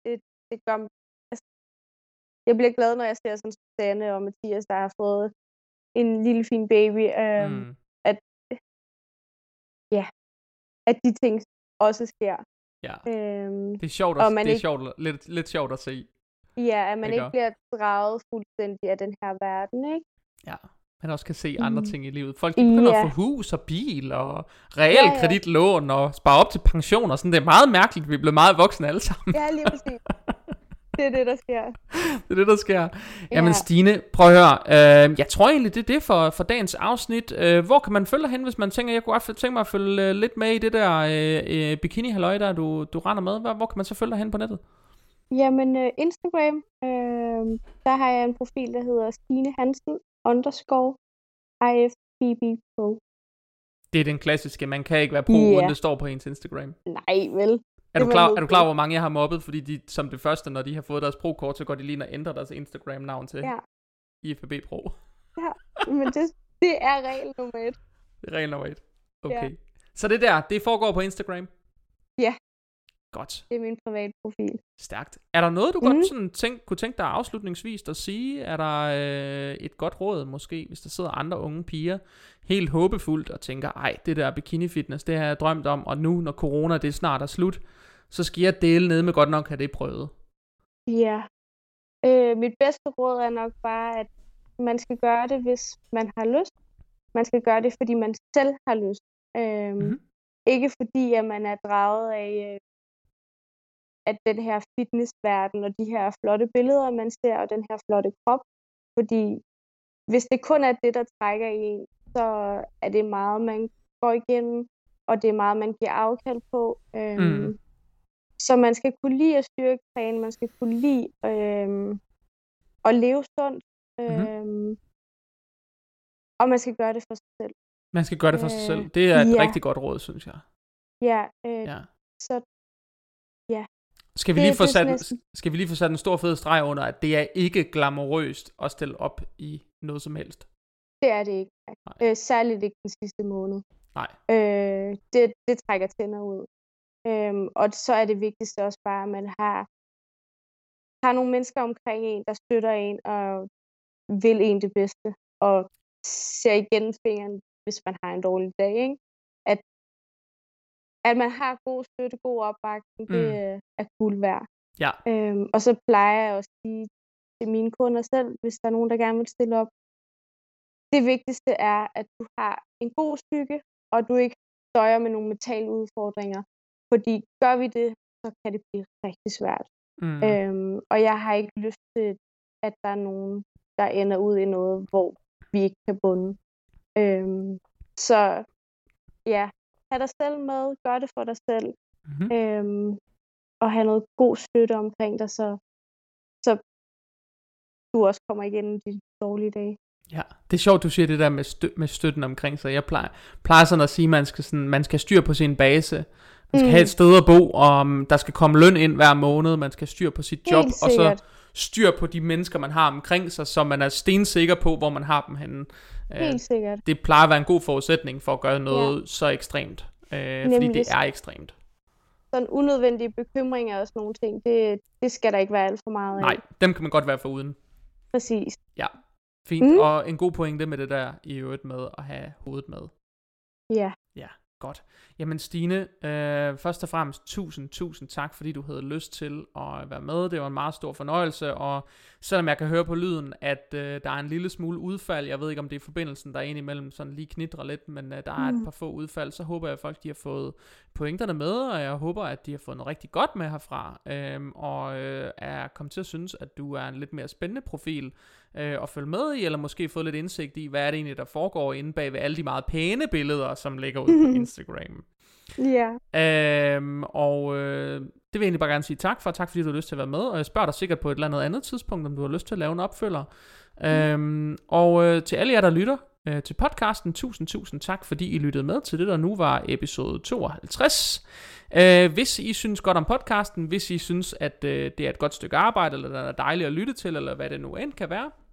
det gør, altså, jeg bliver glad, når jeg ser sådan Susanne og Mathias, der har fået en lille fin baby, at, ja, at de ting også sker. Ja. Det er sjovt, det er sjovt, lidt sjovt at se. Ja, at man ikke bliver draget fuldstændig af den her verden, ikke? Ja, man også kan se andre ting i livet. Folk de begynder at få hus og bil og realkreditlån og spare op til pension og sådan. Det er meget mærkeligt, vi er blevet meget voksne alle sammen. Ja, lige præcis. Det er det, der sker. Det er det, der sker. Jamen Stine, prøv at høre. Jeg tror egentlig, det er det for dagens afsnit. Hvor kan man følge dig hen, hvis man tænker, jeg kunne godt tænke mig at følge lidt med i det der bikini-halløj, der du render med. Hvor kan man så følge dig hen på nettet? Jamen, Instagram. Der har jeg en profil, der hedder Stine Hansen _IFBB-Pro. Det er den klassiske. Man kan ikke være pro, uden det står på ens Instagram. Nej, vel. Er du klar, hvor mange jeg har mobbet, fordi de som det første, når de har fået deres pro-kort, så går de lige ind og ændrer deres Instagram-navn til IFBB Pro. Ja, men det er regel nummer 1. Det er regel nummer 1. Okay. Ja. Så det foregår på Instagram? Ja. Godt. Det er min private profil. Stærkt. Er der noget, du godt sådan kunne tænke dig afslutningsvis at sige? Er der et godt råd måske, hvis der sidder andre unge piger helt håbefuldt og tænker, ej, det der bikini fitness, det har jeg drømt om, og nu, når corona det snart er slut, så skal jeg dele ned med godt nok have det prøvet. Ja. Mit bedste råd er nok bare, at man skal gøre det, hvis man har lyst. Man skal gøre det, fordi man selv har lyst. Ikke fordi, at man er draget af at den her fitnessverden og de her flotte billeder, man ser, og den her flotte krop. Fordi hvis det kun er det, der trækker i en, så er det meget, man går igennem, og det er meget, man giver afkald på. Så man skal kunne lide at styrketræne, man skal kunne lide at leve sundt, og man skal gøre det for sig selv. Man skal gøre det for sig selv. Det er et rigtig godt råd, synes jeg. Så ja. Skal vi lige få sat en stor fed streg under, at det er ikke glamorøst at stille op i noget som helst? Det er det ikke. Særligt ikke den sidste måned. Nej. Det trækker tænder ud. Og så er det vigtigste også bare, at man har nogle mennesker omkring en, der støtter en og vil en det bedste. Og ser igennem fingeren, hvis man har en dårlig dag, ikke? At man har god støtte, god opbakning, det er guld værd. Ja. Og så plejer jeg at sige til mine kunder selv, hvis der er nogen, der gerne vil stille op. Det vigtigste er, at du har en god psyke, og du ikke støjer med nogle mentale udfordringer. Fordi gør vi det, så kan det blive rigtig svært. Og jeg har ikke lyst til, at der er nogen, der ender ud i noget, hvor vi ikke kan bunde. Så ja, have dig selv med, gør det for dig selv, og have noget god støtte omkring dig, så du også kommer igennem de dårlige dage. Ja, det er sjovt, du siger det der med støtten omkring sig. Jeg plejer sådan at sige, at man skal styre på sin base. Man skal have et sted at bo, og der skal komme løn ind hver måned. Man skal styre på sit job, og så styr på de mennesker, man har omkring sig, så man er stensikker på, hvor man har dem henne. Helt sikkert. Det plejer at være en god forudsætning for at gøre noget så ekstremt. Fordi det er ekstremt. Sådan unødvendige bekymringer og sådan nogle ting, det skal der ikke være alt for meget af. Nej, dem kan man godt være foruden. Præcis. Ja, fint. Og en god pointe med det der i øvrigt med at have hovedet med. Ja. Ja, godt. Jamen Stine, først og fremmest tusind tak, fordi du havde lyst til at være med. Det var en meget stor fornøjelse, og selvom jeg kan høre på lyden, at der er en lille smule udfald, jeg ved ikke om det er forbindelsen, der er indimellem sådan lige knitrer lidt, men der er et par få udfald, så håber jeg at folk de har fået pointerne med, og jeg håber at de har fået noget rigtig godt med herfra, og er kommet til at synes, at du er en lidt mere spændende profil at følge med i, eller måske fået lidt indsigt i, hvad er det egentlig, der foregår inde bag ved alle de meget pæne billeder, som ligger ud på Instagram. Ja. Det vil jeg egentlig bare gerne sige tak for. Tak fordi du har lyst til at være med. Og jeg spørger dig sikkert på et eller andet tidspunkt, om du har lyst til at lave en opfølger. Til alle jer, der lytter til podcasten, tusind tak, fordi I lyttede med til det, der nu var episode 52. Hvis I synes godt om podcasten, hvis I synes, at det er et godt stykke arbejde, eller det er dejligt at lytte til, eller hvad det nu end kan være,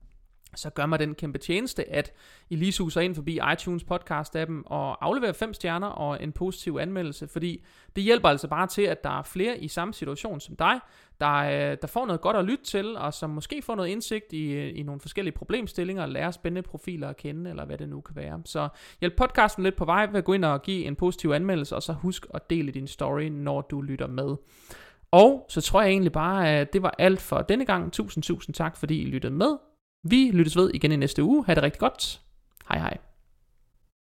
så gør mig den kæmpe tjeneste, at I lige suser ind forbi iTunes podcast-appen og afleverer 5 stjerner og en positiv anmeldelse, fordi det hjælper altså bare til, at der er flere i samme situation som dig, der får noget godt at lytte til, og som måske får noget indsigt i nogle forskellige problemstillinger, og lærer spændende profiler at kende, eller hvad det nu kan være. Så hjælp podcasten lidt på vej ved at gå ind og give en positiv anmeldelse, og så husk at dele din story, når du lytter med. Og så tror jeg egentlig bare, at det var alt for denne gang. Tusind tak, fordi I lyttede med. Vi lyttes ved igen i næste uge. Ha' det rigtig godt. Hej hej.